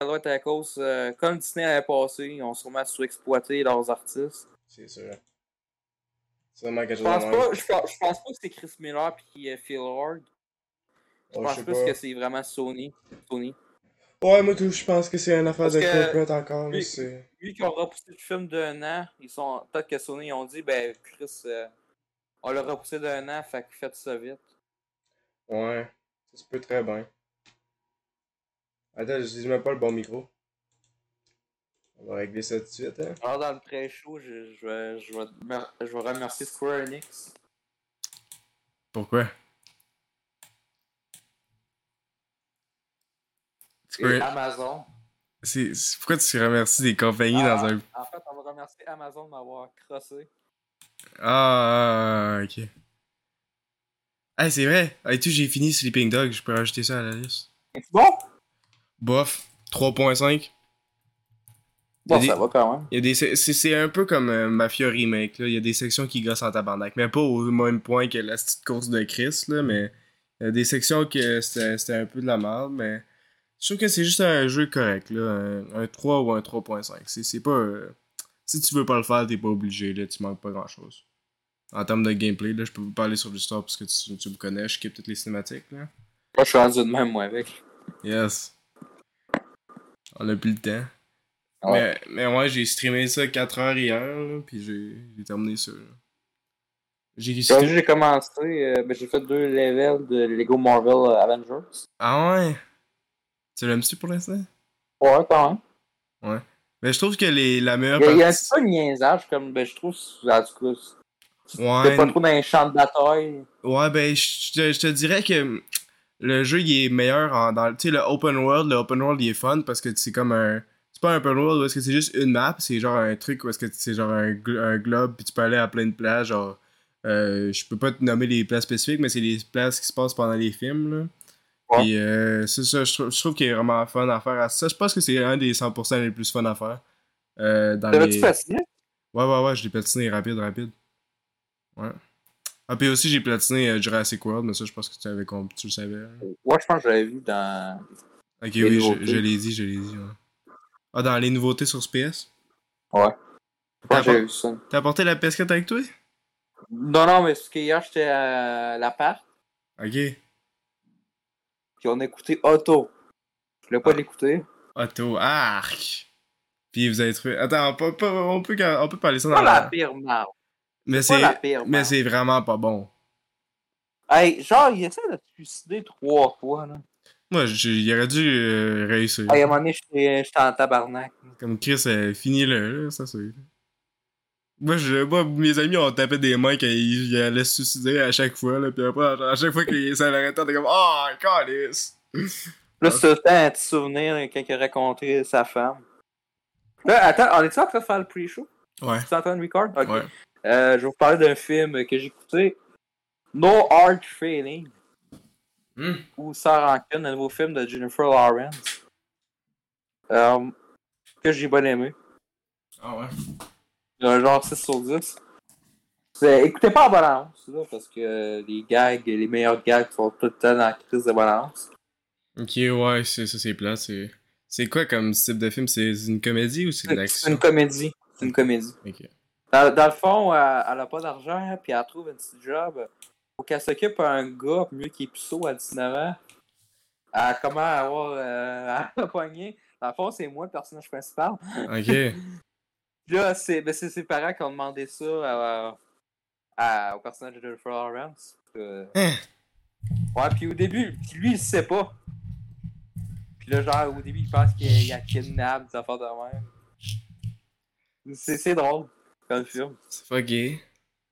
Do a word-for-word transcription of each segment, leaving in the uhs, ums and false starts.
doit être à cause, euh, comme Disney avait passé, ils ont sûrement sous-exploité leurs artistes. C'est sûr. C'est vraiment quelque Je chose de pense même. pas, je pense, je pense pas que c'est Chris Miller et Phil Lord. Je Oh, je pense sais plus pas. que c'est vraiment Sony. Sony. Ouais, moi tout, je pense que c'est une affaire Parce de que corporate encore, là, lui, c'est... lui qui a repoussé le film d'un an, ils sont. Peut-être que Sony ils ont dit ben Chris, euh, on l'a repoussé d'un an, fait que faites ça vite. Ouais, ça se peut très bien. Attends, je dis même pas le bon micro. On va régler ça tout de suite, hein. Alors dans le pré-show, je, je, vais, je, vais, je vais remercier Square Enix. Pourquoi? Et Amazon. C'est, c'est- pourquoi tu remercies des compagnies Ah, dans un... en fait, on va remercier Amazon de m'avoir crossé. Ah, ok. Ah, c'est vrai. Ah, et tout, j'ai fini Sleeping Dog, je peux rajouter ça à la liste. C'est bon? Bof, trois point cinq. Il y a Bon, ça des... va quand même. Il y a des... C'est, c'est un peu comme euh, Mafia Remake, là. Il y a des sections qui gossent en tabarnak. Mais pas au même point que la petite course de Chris, là, mais... Il y a des sections que c'était, c'était un peu de la merde, mais... Je trouve que c'est juste un jeu correct, là. Un, un trois ou un trois point cinq. C'est, c'est pas... euh, Si tu veux pas le faire, t'es pas obligé, là. Tu manques pas grand-chose. En termes de gameplay, là, je peux vous parler sur l'histoire parce que tu, tu me connais, je skip toutes les cinématiques, là. Moi, je suis rendu de même, moi, avec. Yes. On a plus le temps. Ouais. Mais, mais ouais, j'ai streamé ça quatre heures hier, là, puis j'ai, j'ai terminé ça, là. J'ai Quand réussi. j'ai commencé, euh, ben, j'ai fait deux levels de Lego Marvel euh, Avengers. Ah ouais? Tu l'aimes-tu pour l'instant? Ouais, quand même. Ouais. Mais je trouve que les, la meilleure Il y a, il y a un petit partie... peu de niaisage, comme, ben, je trouve, en tout cas, t'es Ouais, pas trop dans les champs de bataille. ouais, ben, je te, je te dirais que le jeu, il est meilleur en, dans, tu sais, le open world. Le open world, il est fun parce que c'est comme un... C'est pas un open world où est-ce que c'est juste une map, c'est genre un truc où est-ce que c'est genre un, gl- un globe, puis tu peux aller à plein de places, genre... Euh, je peux pas te nommer les places spécifiques, mais c'est les places qui se passent pendant les films, là. Ouais. Puis euh, c'est ça, je trouve, je trouve qu'il est vraiment fun à faire à ça. Je pense que c'est un des cent pour cent les plus fun à faire. Euh, dans T'avais-tu les... patiné? Ouais, ouais, ouais, je l'ai platiné rapide, rapide. Ouais. Ah, puis aussi, j'ai platiné euh, Jurassic World, mais ça, je pense que tu, avais comp- tu le savais, hein. Ouais, je pense que j'avais vu dans Ok, les oui, je, je nouveautés. l'ai dit, je l'ai dit, ouais. Ah, dans les nouveautés sur ce P S? Ouais. Je pense T'as que j'avais appor- vu ça. T'as apporté la P S quatre avec toi? Non, non, mais ce qu'hier, j'étais à l'appart, Ok. puis on écoutait Auto. Je voulais pas Ah, l'écouter. Auto, arc! Puis vous avez trouvé... Attends, on peut, pas- on peut, on peut parler ça C'est dans pas la la... pire marde. Mais C'est pas la c'est... pire Mais marde. c'est vraiment pas bon. Hey, genre, il essaie de se suicider trois fois, là. Moi, j'ai- il aurait dû euh, réussir. Hey, à un moment donné, j'étais j'étais en tabarnak. Comme Chris, euh, finis-le, là, ça c'est... Moi, je, moi, mes amis ont tapé des mains quand ils, ils allaient se suicider à chaque fois, là, pis après, à chaque fois que ça l'arrêtait, on était comme « Oh, calice! » Là, c'est tout le temps un petit souvenir là, quand il a rencontré sa femme. Là, attends, on est-tu en train de faire le pre-show? Ouais, Tu es en train de record? Ok. ouais. Euh, je vais vous parler d'un film que j'ai écouté. No Hard Feeling. Hmm. Ou Sans Rancune, un nouveau film de Jennifer Lawrence. Euh, que j'ai bien aimé. Ah ouais. Un genre six sur dix. C'est... Écoutez pas en balance, là, parce que les gags, les meilleurs gags sont tout le temps dans la crise de balance. Ok, ouais, c'est, ça c'est plat, c'est... C'est quoi comme type de film? C'est une comédie ou c'est de C'est, c'est une l'action? comédie. C'est une comédie. Ok. Dans, dans le fond, elle, elle a pas d'argent, puis elle trouve un petit job. Faut qu'elle s'occupe d'un gars, mieux qu'il est puceau à dix-neuf ans. À comment avoir euh, à la poignée. Dans le fond, c'est moi le personnage principal. Ok. Puis là, c'est, ben, c'est ses parents qui ont demandé ça à, à- au personnage de Jennifer Lawrence. Euh, Hein? ouais, puis au début, puis lui, il sait pas. Puis là, genre, au début, il pense qu'il y a kidnappé, des affaires de même. C'est, c'est drôle, comme film. C'est fucké.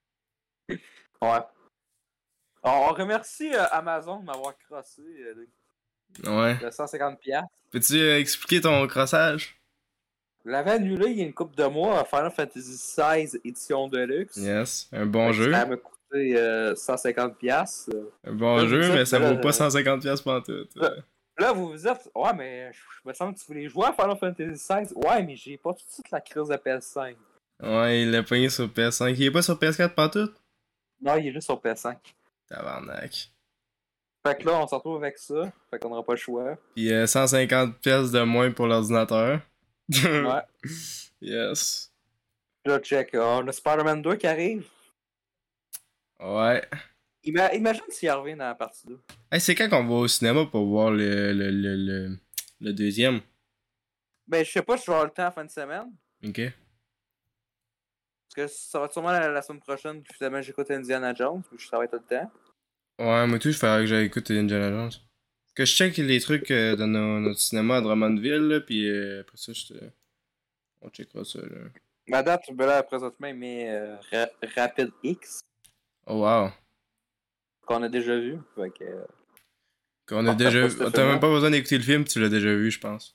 Ouais. On, on remercie euh, Amazon de m'avoir crossé euh, de, Ouais. de cent cinquante piastres. Peux-tu euh, expliquer ton crossage? Je l'avais annulé il y a une couple de mois à Final Fantasy seize édition Deluxe. Yes. Un bon Fait que jeu. ça m'a coûté euh, cent cinquante piastres. Un bon Là, vous jeu, dites, mais ça là, vaut pas euh, cent cinquante piastres pour tout. là, là, vous vous dites, ouais, mais je, je me sens que tu voulais jouer à Final Fantasy seize. Ouais, mais j'ai pas tout de suite la crise de P S cinq. Ouais, il l'a pogné sur P S cinq. Il est pas sur P S quatre pantoute? Non, il est juste sur P S cinq. Tabarnak. Fait que là, on se retrouve avec ça. Fait qu'on n'aura pas le choix. Puis euh, cent cinquante pièces de moins pour l'ordinateur. Ouais. Yes. Là, check. On a Spider-Man deux qui arrive. Ouais. Ima- imagine s'il revient dans la partie deux. Hey, c'est quand qu'on va au cinéma pour voir le, le, le, le, le deuxième? Ben, je sais pas si je vais avoir le temps la fin de semaine. Ok. Parce que ça va être sûrement la, la semaine prochaine que finalement j'écoute Indiana Jones. Puis je travaille tout le temps. Ouais, moi tout, je ferais que j'aille écouter Indiana Jones. Que je check les trucs euh, dans nos- notre cinéma à Drummondville, là, pis euh, après ça, je te... on checkera ça, là. Ma date, ben là, présentement, il met euh, Ra- Rapid X. Oh wow. Qu'on a déjà vu. Fait que. euh, Qu'on a Ah, t'as déjà... pas ce T'as même film-là? pas besoin d'écouter le film, tu l'as déjà vu, je pense.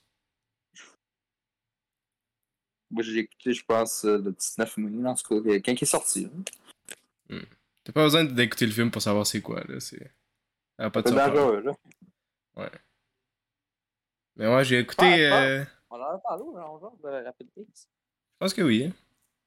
Moi, j'ai écouté, je pense, euh, le dix-neuf mai, en tout cas, quand il est sorti. Hein. Hmm. T'as pas besoin d'écouter le film pour savoir c'est quoi, là, c'est... Ça va pas te C'est surprendre. dangereux, là. Ouais. Mais ouais, j'ai Ah, écouté... je pense. Euh... On en a parlé, genre, genre, de Rapid X. Je pense que oui, hein.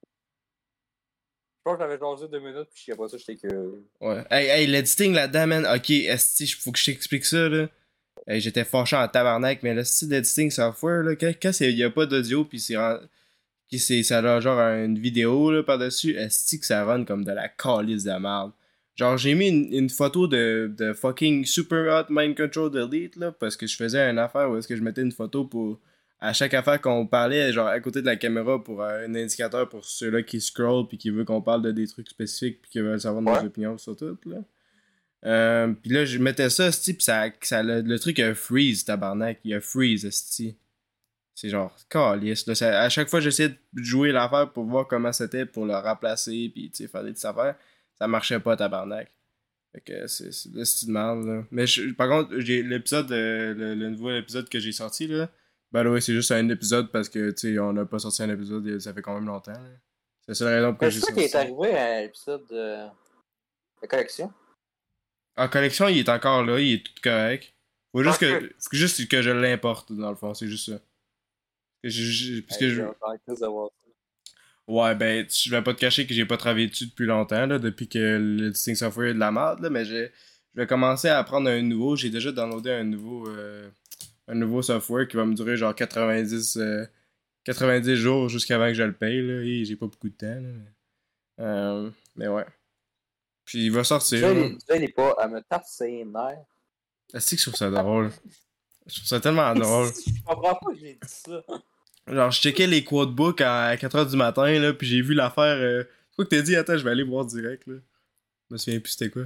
Je pense que j'avais jasé deux minutes, puis je sais pas ça, j'étais que. Ouais. Hey, hey, l'editing là-dedans, man. Ok, esti, faut que je t'explique ça, là. Hey, j'étais fâché en tabarnak, mais le style d'editing software, là, quand, quand il y a pas d'audio, pis c'est en- pis c'est ça a genre une vidéo, là, par-dessus, esti que ça run comme de la calice de merde. Genre, j'ai mis une, une photo de, de fucking Super Hot Mind Control Delete, là, parce que je faisais une affaire où est-ce que je mettais une photo pour... À chaque affaire qu'on parlait, genre, à côté de la caméra pour euh, un indicateur pour ceux-là qui scroll pis qui veulent qu'on parle de des trucs spécifiques pis qui veulent savoir nos Ouais. opinions sur tout, là. Euh, pis là, je mettais ça, esti, pis ça, ça, le, le truc, il y a freeze, tabarnak. Il y a freeze, esti. C'est genre, calice, là. Ça, à chaque fois, j'essayais de jouer l'affaire pour voir comment c'était, pour le remplacer, pis, tu sais, faire des petites affaires. Ça marchait pas, tabarnak. Fait que c'est c'est de style de merde, là. Mais je- par contre, j'ai l'épisode, euh, le, le nouveau épisode que j'ai sorti, là. Ben ouais, c'est juste un épisode parce que, tu sais, on n'a pas sorti un épisode, ça fait quand même longtemps, là. C'est la seule raison pour Mais que je j'ai sais qu'il sorti. est arrivé à l'épisode de. de collection. En collection, il est encore là, il est tout correct. Faut juste Ok. que, faut juste que je l'importe, dans le fond, c'est juste ça. Que je- je- parce que Hey, je... j'ai encore crise de voir ça. Ouais, ben, je vais pas te cacher que j'ai pas travaillé dessus depuis longtemps, là, depuis que le Distinct Software est de la merde, là, mais j'ai- je vais commencer à apprendre un nouveau. J'ai déjà downloadé un nouveau, euh, un nouveau software qui va me durer genre quatre-vingt-dix, euh, quatre-vingt-dix jours jusqu'avant que je le paye, là, et j'ai pas beaucoup de temps, là, mais... Euh, mais ouais. Puis il va sortir, Déjà, là. il déjà, il est pas à me taper ses nerfs. Est-ce que je trouve ça drôle? Je trouve ça tellement drôle. Je comprends pas que j'ai dit ça. Genre, je checkais les quotebooks à quatre heures du matin, là, puis j'ai vu l'affaire. Euh... C'est quoi que t'as dit? Attends, je vais aller voir direct, là. Je me souviens plus c'était quoi.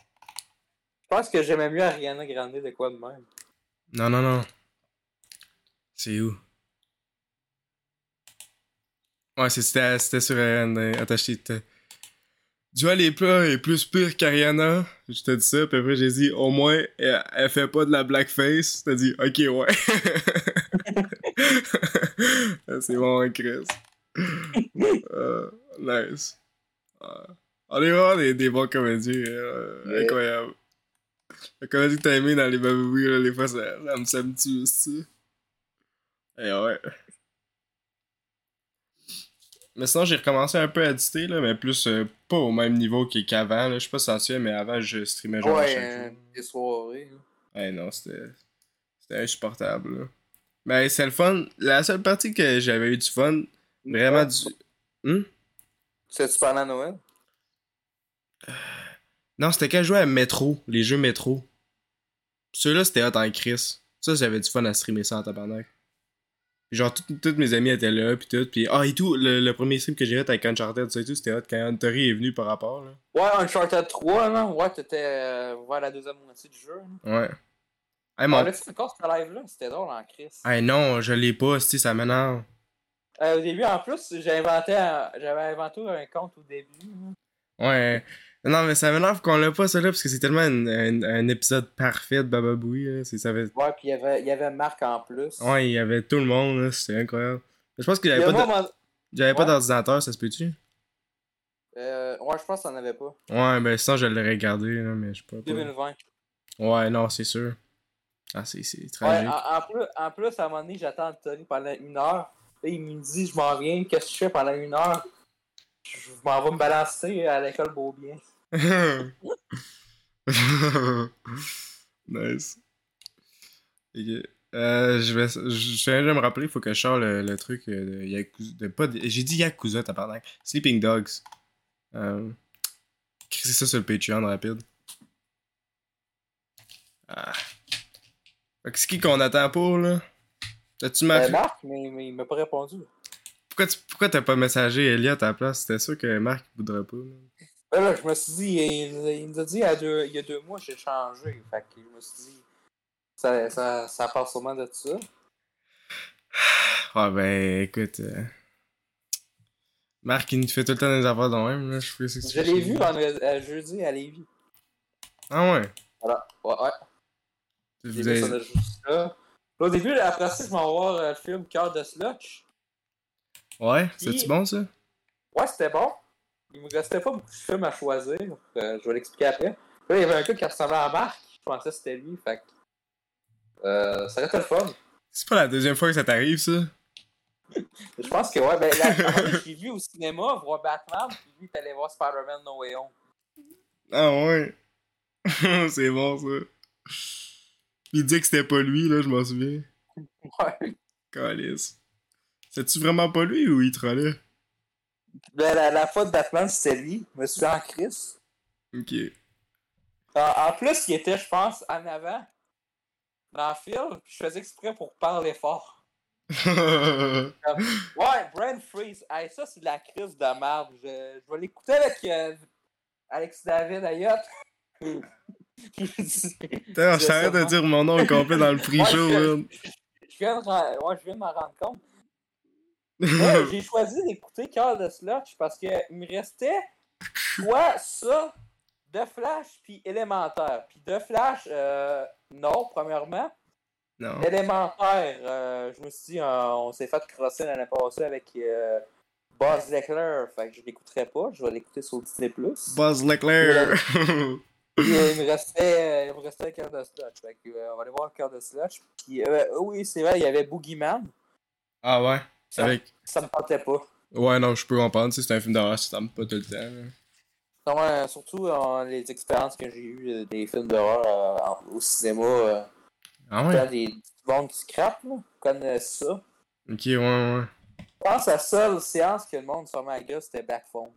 Je pense que j'aimais mieux Ariana Grande de quoi de même. Non, non, non. C'est où? Ouais, c'est- c'était c'était sur un attaché. Dua Lipa est plus pire qu'Ariana. Je t'ai dit ça, puis après j'ai dit, au moins, elle, elle fait pas de la blackface. T'as dit, ok, ouais. C'est bon, hein, Chris. Euh, nice. Euh, on est vraiment des, des bons comédiens. Euh, Yeah. Incroyable. La comédie que t'as aimé dans les Babouis, là, des fois, ça, ça me ça me tue aussi. Et ouais. Mais sinon, j'ai recommencé un peu à éditer, là, mais plus euh, pas au même niveau qu'est- qu'avant. Là. Je sais pas si ça se fait, mais avant, je streamais genre à Ouais, chaque euh, jour. des soirées. hein. Ouais, non, c'était c'était insupportable. Là. Mais c'est le fun. La seule partie que j'avais eu du fun, vraiment Ouais. du. Hum? C'est-tu pendant Noël? Non, c'était quand je jouais à Metro, les jeux Metro. Ceux-là, c'était hot en Chris. Ça, j'avais du fun à streamer ça en tabarnak. Puis genre, tout- tous mes amis étaient là, puis tout. Puis, ah, et tout, le, le premier stream que j'ai fait avec Uncharted, ça et tout, c'était hot quand Huntery est venu par rapport, là. Ouais, Uncharted trois, là. Ouais, t'étais euh, vers la deuxième moitié du jeu. Là. Ouais. Hey, On mon. l'a-tu encore ce live-là? C'était drôle en crise. Hey, non, je l'ai pas, si ça m'énerve. Euh, au début, en plus, j'ai inventé un... j'avais inventé un compte au début. là. Ouais. Non, mais ça m'énerve qu'on l'a pas, ça là, parce que c'est tellement un, un, un épisode parfait de Baba Booey, là. C'est, ça fait... Ouais, puis il y avait, il y avait Marc en plus. Ouais, il y avait tout le monde, là, c'était incroyable. Je pense que Il y j'avais a pas, un de... moment- j'avais pas Ouais. d'ordinateur, ça se peut-tu? Euh, ouais, je pense que t'en avais pas. Ouais, ben sinon je l'aurais gardé, là, mais je sais pas. deux mille vingt. Ouais, non, c'est sûr. Ah, c'est, c'est Ouais, tragique. en, en plus, en plus, à un moment donné, j'attends Anthony pendant une heure. Là, il me dit, je m'en viens, qu'est-ce que je fais pendant une heure? Je m'en vais me balancer à l'école Beaubien. Nice. Ok. Euh, je vais. Je viens de me rappeler, il faut que je sorte le, le truc de Yakuza. De, pas de- j'ai dit Yakuza, tabarnak. Sleeping Dogs. Euh. C'est ça sur le Patreon rapide. Ah. Fait que c'est qui qu'on attend pour, là? T'as-tu Ben, marqué? Marc, mais, mais il m'a pas répondu. Pourquoi, tu... Pourquoi t'as pas messagé Elliot à la place? C'était sûr que Marc voudrait pas, là. Ben là, je me suis dit, il, il nous a dit il y a deux, il y a deux mois, j'ai changé. Fait que je me suis dit, ça, ça, ça part sûrement de ça. Ah ben, écoute. Euh... Marc, il nous fait tout le temps des affaires de même, là. Je fais ce que Je l'ai vu en, euh, jeudi à Lévis. Ah ouais? Voilà. Ouais, ouais. J'ai Vous vu ça avez... de juste là. Au début, après ça, je m'en vais voir euh, le film Cœur de Slotch. Ouais? Puis, C'est-tu bon, ça? ouais, c'était bon. Il me restait pas beaucoup de films à choisir. Euh, je vais l'expliquer après. Là, il y avait un gars qui ressemblait à Marc. Je pensais que c'était lui. Fait que, euh, ça restait le fun. C'est pas la deuxième fois que ça t'arrive, ça? Je pense que ouais, ben la, à un moment donné, je l'ai vu au cinéma voir Batman, puis lui, t'allais voir Spider-Man No Way Home. Ah ouais? C'est bon, ça. Il dit que c'était pas lui, là, je m'en souviens. Ouais. Calice. C'est-tu vraiment pas lui ou il trollait? Ben, la, la fois de Batman, c'était lui. Je me suis en crise. Ok. En, en plus, il était, je pense, en avant, dans le film, puis je faisais exprès pour parler fort. Comme, ouais, Brain Freeze. Hey, ça, c'est de la crise de merde. Je, je vais l'écouter avec euh, Alex David Ayotte. Putain, je t'arrête de dire mon nom au complet dans le pre-show, ouais, man. je, je, viens de, ouais, je viens de m'en rendre compte. Là, j'ai choisi d'écouter Call de Slotch parce qu'il me restait soit ça, de Flash, puis élémentaire. Puis de Flash, euh, non, premièrement. Non. Élémentaire, euh, je me suis dit, euh, on s'est fait crosser l'année passée avec euh, Buzz Leclerc. Fait que je l'écouterai pas, je vais l'écouter sur Disney plus. Buzz Leclerc! Puis, euh, il me restait, il me restait un quart de Slotch. Fait que, euh, on va aller voir le quart de Slotch. Puis, euh, oui, c'est vrai, il y avait Boogeyman. Ah ouais? Ça, Avec... ça me tentait pas. Ouais, non, je peux comprendre, c'est un film d'horreur, ça tente pas tout le temps, là. Non, ouais, surtout euh, les expériences que j'ai eues euh, des films d'horreur euh, au cinéma. Euh, Ah ouais? des du monde qui scrape, là, connaissent ça. Ok, ouais, ouais. Je pense que la seule séance que le monde sur ma gueule, c'était Backphone.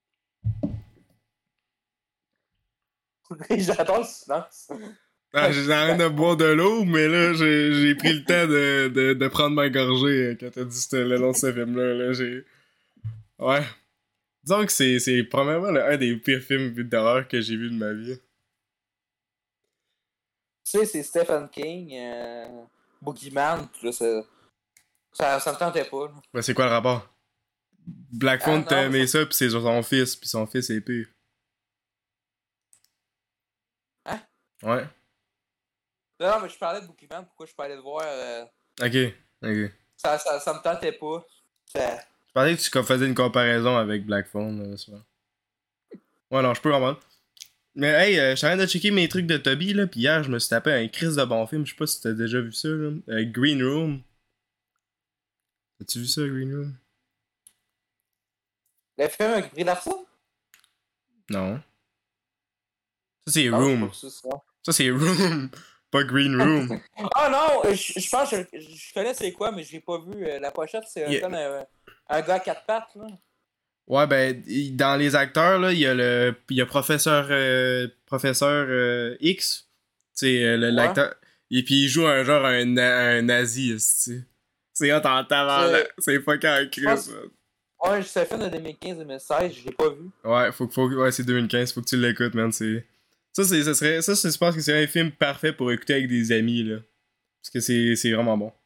J'adore le silence. Ah, j'ai envie de boire de l'eau, mais là, j'ai, j'ai pris le temps de, de, de prendre ma gorgée euh, quand t'as dit c'était le nom de ce film-là. Là, j'ai... Ouais. Disons que c'est, c'est probablement le- un des pires films d'horreur que j'ai vu de ma vie. Tu sais, c'est Stephen King, euh, Boogeyman, tout ça, ça, ça me tentait pas. Là. Ouais, c'est quoi le rapport? Black Ah Phone non, t'a mais aimé ça... ça, pis c'est sur son fils, pis son fils est pire. Hein? Ouais. Non, non, mais je parlais de Boogeyman, pourquoi je parlais de voir... Euh... Ok, ok. Ça, ça, ça me tentait pas. Ça... Je parlais que tu faisais une comparaison avec Black Phone, là, souvent. Ouais, non, je peux comprendre. Mais hey, euh, je suis en train de checker mes trucs de Toby, là, pis hier, je me suis tapé un crise de bon film, je sais pas si t'as déjà vu ça, là. Euh, Green Room. As-tu vu ça, Green Room? Le film avec Brie Larson? Non. Ça, c'est Non, je sais pas Room. que c'est ça. Ça, c'est Room, pas Green Room. Ah non, je, je pense que je, je connais c'est quoi, mais j'ai pas vu. Euh, la pochette, c'est Yeah. comme un, un gars à quatre pattes, là. Ouais, ben, il- dans les acteurs, là, il y a le. Il y a Professeur. Euh, Professeur euh, X. Tu sais, euh, le- Ouais. l'acteur. Et puis il joue un genre un, na- un nazi, tu sais. C'est hot en tabarnak. C'est fucking un Chris, pense- man. Ouais, c'est un film de deux mille quinze deux mille seize, je l'ai pas vu. Ouais, faut, faut, ouais, c'est deux mille quinze, faut que tu l'écoutes, man. C'est... Ça, c'est, ça serait, ça, c'est- je pense que c'est un film parfait pour écouter avec des amis, là. Parce que c'est, c'est vraiment bon.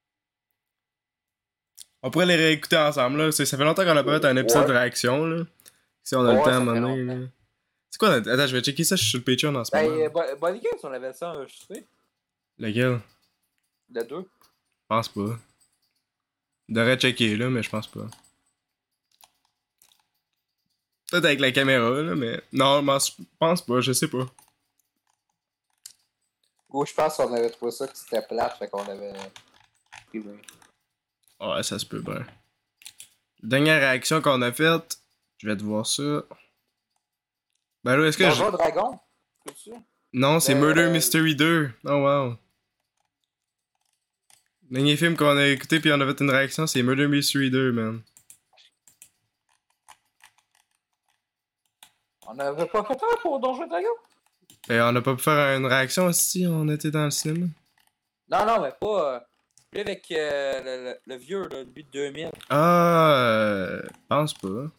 On pourrait les réécouter ensemble, là. C'est- ça fait longtemps qu'on a pas fait un épisode Ouais. de réaction, là. Si on a Ouais, le temps à ça un fait moment donné, longtemps. là. C'est quoi notre... Attends, je vais checker ça, je suis sur le Patreon en ce Ben, moment. euh, Bo- Bonnie Games, on avait ça enregistré. Lequel? Le deux. Je pense pas. Je devrais checker, là, mais je pense pas. Peut-être avec la caméra, là, mais... Non, je pense pas, je sais pas. Ou je pense qu'on avait trouvé ça que c'était plate, fait qu'on avait privé. Ouais, ça se peut bien. Dernière réaction qu'on a faite, je vais te voir ça. Ben là, est-ce que Bonjour je... Dragon, peux-tu? Non, c'est Euh, Murder Mystery deux. Oh wow. Le dernier film qu'on a écouté puis on a fait une réaction, c'est Murder Mystery deux, man. On avait pas fait un pour Donjon Dragon? Et on a pas pu faire une réaction si on était dans le cinéma. Non, non, mais pas. Euh, lui avec euh, le, le, le vieux, là, lui de deux mille. Ah, euh, pense pas.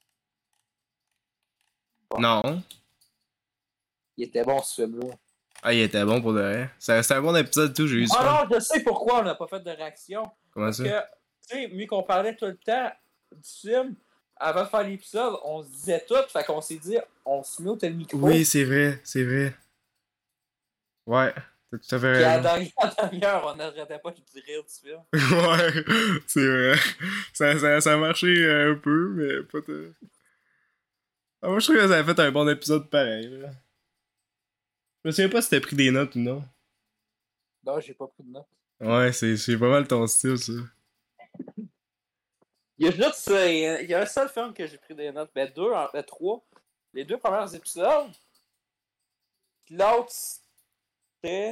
Bon. Non. Il était bon ce film-là. Ah, il était bon pour de vrai. C'était un bon épisode tout, j'ai eu du fun. Ah non, je sais pourquoi on n'a pas fait de réaction. Comment Parce ça? que, tu sais, vu qu'on parlait tout le temps du film, avant de faire l'épisode, on se disait tout, fait qu'on s'est dit, on se met au tel micro. Oui, c'est vrai, c'est vrai. Ouais, t'as tout à fait Puis à la raison. dernière, dernière, on n'arrêtait pas de rire du film. Ouais, c'est vrai. Ça, ça, ça a marché un peu, mais pas de... Ah, moi, je trouve que ça a fait un bon épisode pareil, là. Je me souviens pas si t'as pris des notes ou non. Non, j'ai pas pris de notes. Ouais, c'est c'est pas mal ton style, ça. Il y a juste euh, il y a un seul film que j'ai pris des notes. Ben deux, en fait trois. Les deux premiers épisodes. Puis l'autre, c'était.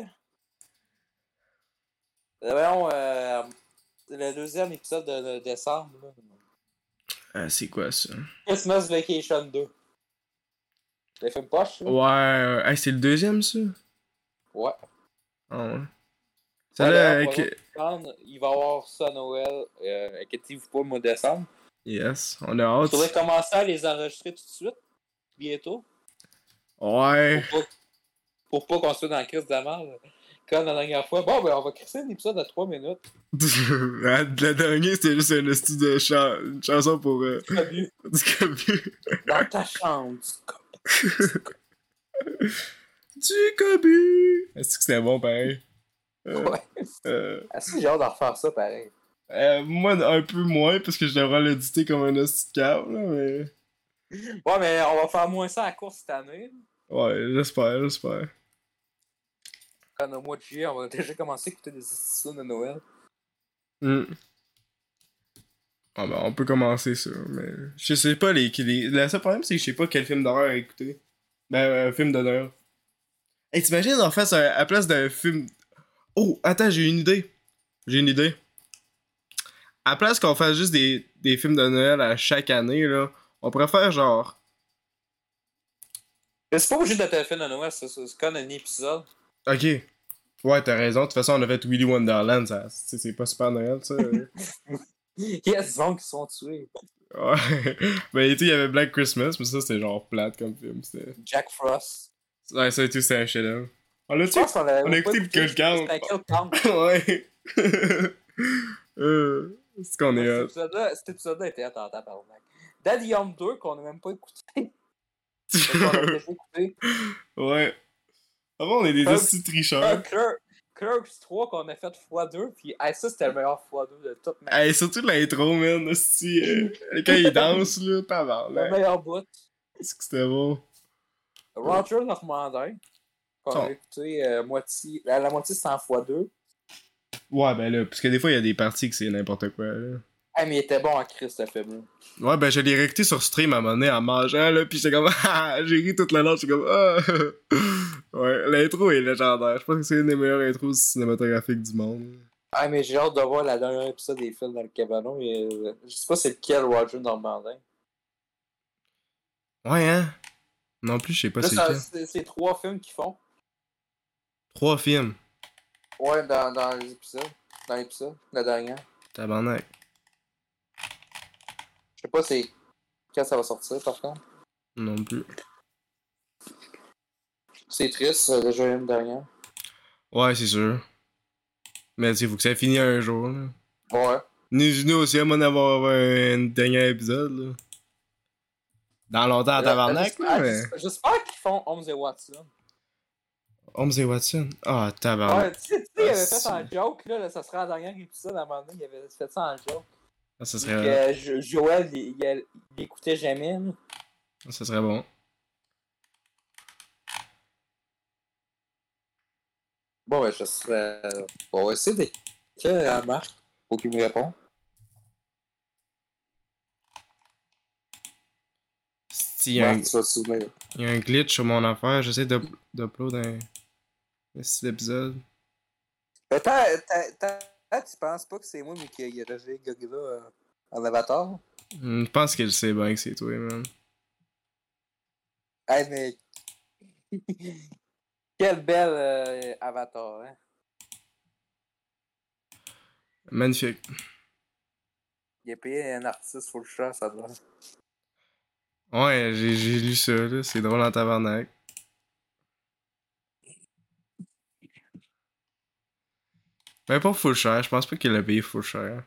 Euh, voyons, euh, le deuxième épisode de, de décembre. Là. Ah, c'est quoi, ça? Christmas Vacation deux. Le film poche, là? Ouais, hey, c'est le deuxième, ça? Ouais. Ah ouais. Ouais, Ça là, d'ailleurs, avec... pour il va y avoir ça à Noël. Euh, inquiétez-vous pas, le mois de décembre. Yes, on a Il hâte. faudrait commencer à les enregistrer tout de suite. Bientôt. Ouais. Pour pas, pour pas qu'on soit dans la crise de la merde. Comme la dernière fois. Bon, ben, on va créer un épisode de trois minutes. La dernière, c'était juste un style de cha une chanson pour... Euh... Du cobu. Du cobu. Dans ta chambre, du cobu. Du cobu. Est-ce que c'était bon, pareil? Euh, Ouais. euh, Ah, si, j'ai hâte de refaire ça, pareil. euh, moi, un peu moins, parce que je devrais l'éditer comme un hostie de câble, là, mais... Ouais, mais on va faire moins ça à la course cette année. Ouais, j'espère, j'espère. Quand au mois de juillet, on va déjà commencer à écouter des émissions de Noël. Mm. Ah ben, on peut commencer ça, mais... Je sais pas, les... les... Le seul problème, c'est que je sais pas quel film d'horreur écouter. Ben, un film d'honneur. Hey, t'imagines, en fait, à la place d'un film... Oh, attends, j'ai une idée. J'ai une idée. À la place qu'on fasse juste des, des films de Noël à chaque année, là, on pourrait faire genre... Mais c'est pas obligé d'être un film de Noël, c'est, c'est comme un épisode. Ok. Ouais, t'as raison. De toute façon, on a fait Willy Wonderland, ça, c'est pas super Noël, ça. Il y a des gens qui sont tués. Ouais. Ben, tu sais, il y avait Black Christmas, mais ça, c'était genre plate comme film. C'était... Jack Frost. Ouais, ça et tout, c'était un chef-d'œuvre. On a, Je pense qu'on a, on a écouté le Kill Count. C'était un Kill Count. Ouais. euh, c'est qu'on est hot. Cet épisode-là, cet épisode-là était attentant par le mec. Daddy Young deux qu'on a même pas écouté. qu'on a déjà écouté. Ouais. Avant, on est des Clerks, hosties tricheurs. Clerks, Clerks trois qu'on a fait fois deux, puis hey, ça c'était le meilleur fois deux de toute ma Hey, surtout l'intro, man. Hostie, euh, quand il danse, là, pas mal. Le meilleur bout. Est-ce que c'était bon? Roger Normandin, qu'on Oh. a écouté euh, moitié. La, la moitié c'était en fois deux. Ouais, ben là, parce que des fois, il y a des parties que c'est n'importe quoi, là. Hey, mais il était bon en Christ, ce film-là. Ouais, ben je l'ai réécouté sur stream à un moment donné en mangeant, là, pis j'étais comme, ah, j'ai ri toute la nuit, j'étais comme, ah. Ouais, l'intro est légendaire. Je pense que c'est une des meilleures intros cinématographiques du monde. Ah, mais j'ai hâte de voir la dernière épisode des films dans le cabanon. Et, euh, je sais pas c'est lequel Roger Normandin. Ouais, hein? Non plus, je sais pas Là, c'est ça- lequel. c'est, c'est trois films qu'ils font. Trois films. Ouais, dans, dans les épisodes. Dans l'épisode, la dernière. Tabarnak. Je sais pas c'est quand ça va sortir, par contre. Non plus. C'est triste, ça a déjà une dernière. Ouais, c'est sûr. Mais tu sais, faut que ça finisse un jour, là. Ouais. Nous, nous aussi, à mon avoir un dernier épisode, là. Dans longtemps à tabarnak, J'espère, là, mais... j'espère- j'espère qu'ils font Holmes et Watson. Holmes et Watson. Ah, tabarnak. Ouais, tu sais, tu sais, il Ah, avait si. fait un joke, là, là, ça sera le dernier épisode, à un moment donné, il avait fait ça en joke. Ah, ça Puis serait... que euh, Jo- Joël, il, il, il écoutait jamais, là. Ça serait bon. Bon, ben, je serais. On va essayer d'écrire à Marc pour qu'il me réponde. Si, il y, a un... tu vas te souvenir. il y a un glitch sur mon affaire, j'essaie d'upload un... un six épisodes. Peut-être, peut-être, tu penses pas que c'est moi, mais qu'il y a rajouté Gogula euh, en avatar? Je pense que je sais bien que c'est toi, man. Hey, mais. Quel bel euh, avatar, hein? Magnifique. Il a payé un artiste full shot, ça doit. Ouais, j'ai, j'ai lu ça, là. C'est drôle en tabarnak. Mais pas full cher, je pense pas qu'il a payé full cher.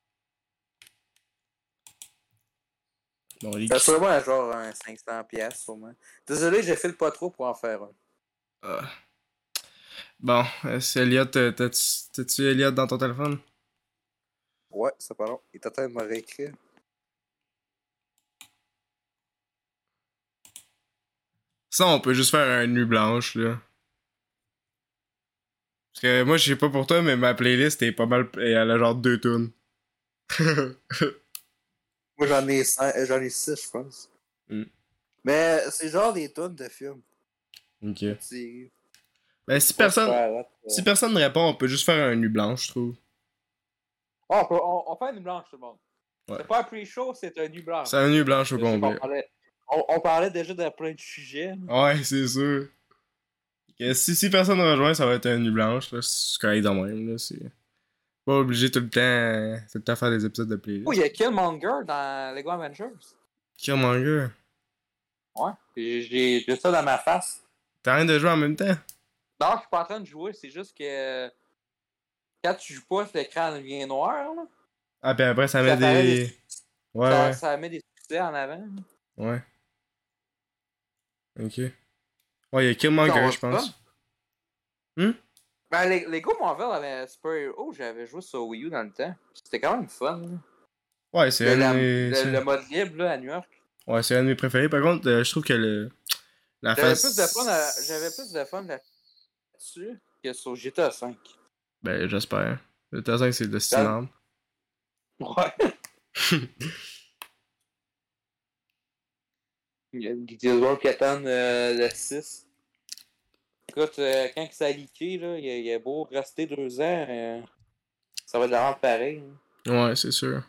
Bon, il... C'est sûrement un genre un cinq cents piastres, sûrement. Désolé, j'ai fait le pas trop pour en faire un. Ah. Bon, c'est Elliot, t'as-tu, t'as-tu Elliot dans ton téléphone? Ouais, c'est pas long. Il est en train de me réécrire. Ça, on peut juste faire une nuit blanche, là. Parce que moi, je sais pas pour toi, mais ma playlist est pas mal... Elle a genre deux tunes. Moi, j'en ai cinq, j'en ai six, je pense. Mm. Mais c'est genre des tunes de films. Ok. C'est... Ben, si personne... Si personne ne répond, on peut juste faire une nuit blanche, je trouve. Oh, on, peut, on, on fait une nuit blanche, tout le monde. Ouais. C'est pas un pre-show, c'est une nuit blanche. C'est une nuit blanche au complet. On parlait, on, on parlait déjà de plein de sujets. Ouais, c'est sûr. Okay, si, si personne ne rejoint, ça va être une nuit blanche, là. C'est correct de même, là. C'est pas obligé tout le temps... Tout le temps faire des épisodes de playlist. Oh, il y a Killmonger dans Lego Avengers. Killmonger? Ouais, j'ai, j'ai ça dans ma face. T'as rien de jouer en même temps? Non, je suis pas en train de jouer, c'est juste que quand tu joues pas, l'écran devient noir, là. Ah, puis après, ça, ça met des... des... Ouais, ça, ouais. ça met des succès en avant. Ouais. Ok. Ouais, il y a Killmonger, je pense. Hum? Ben, les, Lego Marvel avait Super Hero, j'avais joué sur Wii U dans le temps. C'était quand même fun, là. Ouais, c'est le, un la, mes... le, le mode libre, là, à New York. Ouais, c'est un de mes préférés. Par contre, euh, je trouve que le... La j'avais, face... plus de fun à... j'avais plus de fun là-dessus que sur G T A cinq. Ben, j'espère. Le G T A cinq, c'est de style. Ouais. Il y a des joueurs qui attendent euh, le six. Écoute, euh, quand ça a leaké, là, il, a, il a beau rester deux ans, euh, ça va vraiment pareil. Hein. Ouais, c'est sûr.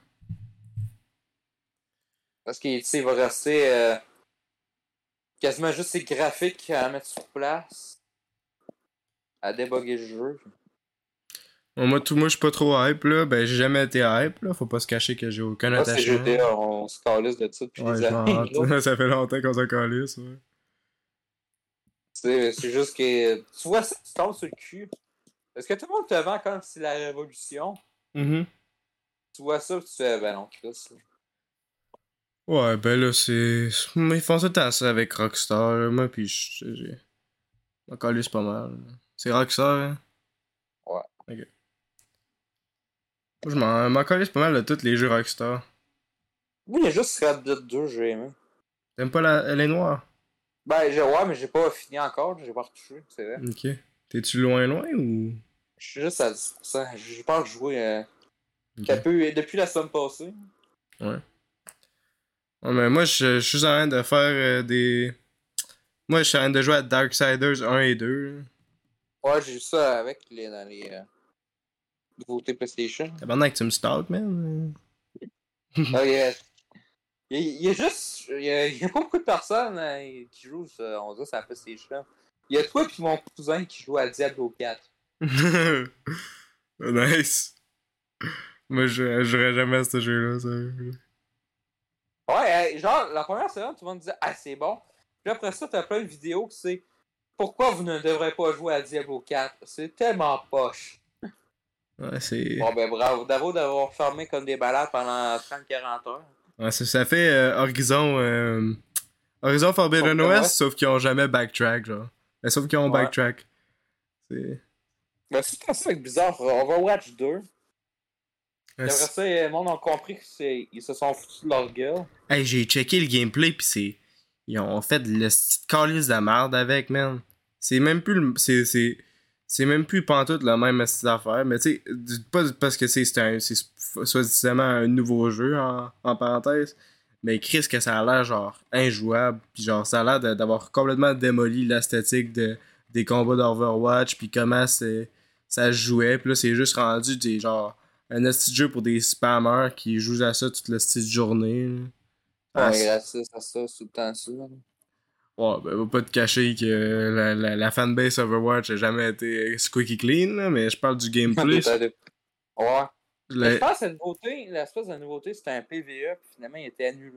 Parce qu'il il va rester euh, quasiment juste ses graphiques à mettre sur place, à déboguer le jeu. Bon, moi, tout, moi, je suis pas trop hype, là. Ben, j'ai jamais été hype, là. Faut pas se cacher que j'ai aucun Moi, attachement. c'est G T A, on se calisse de ça depuis ouais, des années. Ça fait longtemps qu'on se calisse, ouais. C'est, c'est juste que tu vois ça, tu tombes sur le cul. Est-ce que tout le monde te vend comme si c'est la révolution? Mm-hmm. Tu vois ça, tu fais, ben non, Chris. Ouais, ben là, c'est... Ils font ça tout ça avec Rockstar, là. Moi, pis je... j'ai... Mon calisse pas mal. C'est Rockstar, hein? Ouais. Ok. Moi, je m'en, m'en calisse pas mal de tous les jeux Rockstar. Oui, il y a juste Red Dead deux, j'ai aimé. T'aimes pas la... Elle est noire? Ben, j'ai... ouais, mais j'ai pas fini encore, j'ai pas retouché, c'est vrai. Ok. T'es-tu loin, loin, ou... Je suis juste à dix pour cent. J'ai pas joué euh, okay. peu, depuis la semaine passée. Ouais. Ouais, mais moi, je, je suis en train de faire euh, des... Moi, je suis en train de jouer à Darksiders un et deux. Ouais, j'ai vu ça avec les, dans les euh, nouveautés PlayStation. T'as pendant que tu me stalk, man. Ah, yeah. Il, il y a juste. Il y a, il y a pas beaucoup de personnes hein, qui jouent, ça, on dirait, sur la PlayStation. Il y a toi et mon cousin qui joue à Diablo quatre. Nice. Moi, je jouerais jamais à ce jeu-là. Ça. Ouais, genre, la première semaine, tout le monde disait ah, c'est bon. Puis après ça, t'as plein de vidéos qui c'est pourquoi vous ne devrez pas jouer à Diablo quatre. C'est tellement poche. Ouais, c'est. Bon, ben bravo, bravo d'avoir fermé comme des balades pendant trente à quarante heures. Ouais, ça, ça fait euh, Horizon. Euh... Horizon Forbidden West, ouais. Sauf qu'ils ont jamais backtrack, genre. Mais sauf qu'ils ont ouais. backtrack. C'est. Mais c'est ça, c'est bizarre. Overwatch deux. Ouais, après ça, le monde a compris qu'ils se sont foutus de leur gueule. Hey, j'ai checké le gameplay, pis c'est. Ils ont fait de la petite calice de merde avec, man. C'est même plus le. C'est. c'est... C'est même plus pantoute la même style d'affaires, mais tu sais, pas parce que c'est, c'est, un, c'est soi-disant un nouveau jeu, en, en parenthèse, Mais Chris, que ça a l'air genre injouable. Puis genre, ça a l'air de- d'avoir complètement démoli l'esthétique de, des combats d'Overwatch. Puis comment c'est, ça se jouait. Puis là, c'est juste rendu des genre un esti de jeu pour des spammers qui jouent à ça toute la petite journée. Là. Ah, Ouais, c'est- raciste à ça, c'est tout le temps ça. ouais, ben, va pas te cacher que la, la, la fanbase Overwatch a jamais été squeaky clean, là, mais je parle du gameplay. Peut-être. Ouais. Mais je Le- pense que la nouveauté, l'espèce de nouveauté, c'était un P V E, puis finalement, il était annulé.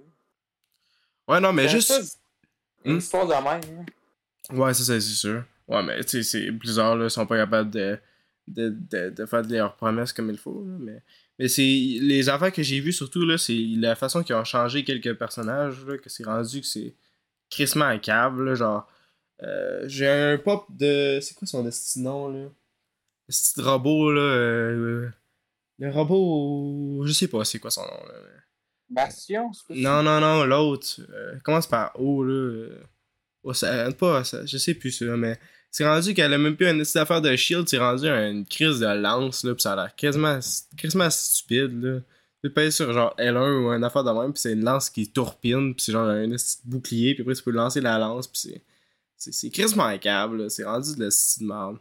Ouais, non, mais C'est une juste. espèce- une Hmm? histoire de même. Là. Ouais, ça, c'est c'est sûr. Ouais, mais tu sais, c'est- Blizzard, là, sont pas capables de, de, de, de faire de leurs promesses comme il faut, là, mais. Mais c'est. Les affaires que j'ai vues, surtout, là, c'est la façon qu'ils ont changé quelques personnages, là, que c'est rendu que c'est crissement à cave, là, genre. Euh, j'ai un pop de. C'est quoi son destination, là? Le petit robot, là. euh, Le robot. Je sais pas c'est quoi son nom, là. mais- Bastion, c'est pas ça? Non, non, non, l'autre. Euh, commence par O, là. euh, Oh, ça, pas, ça, je sais plus ça, mais c'est rendu qu'elle a même plus une petite affaire de shield, c'est rendu une crise de lance, là, pis ça a l'air quasiment, quasiment stupide, là. Tu peux passer sur genre L un ou une affaire de même, pis c'est une lance qui tourpine, pis c'est genre un petit bouclier, pis après tu peux lancer la lance, pis c'est. C'est, c'est quasiment un câble, là. C'est rendu de la style de merde.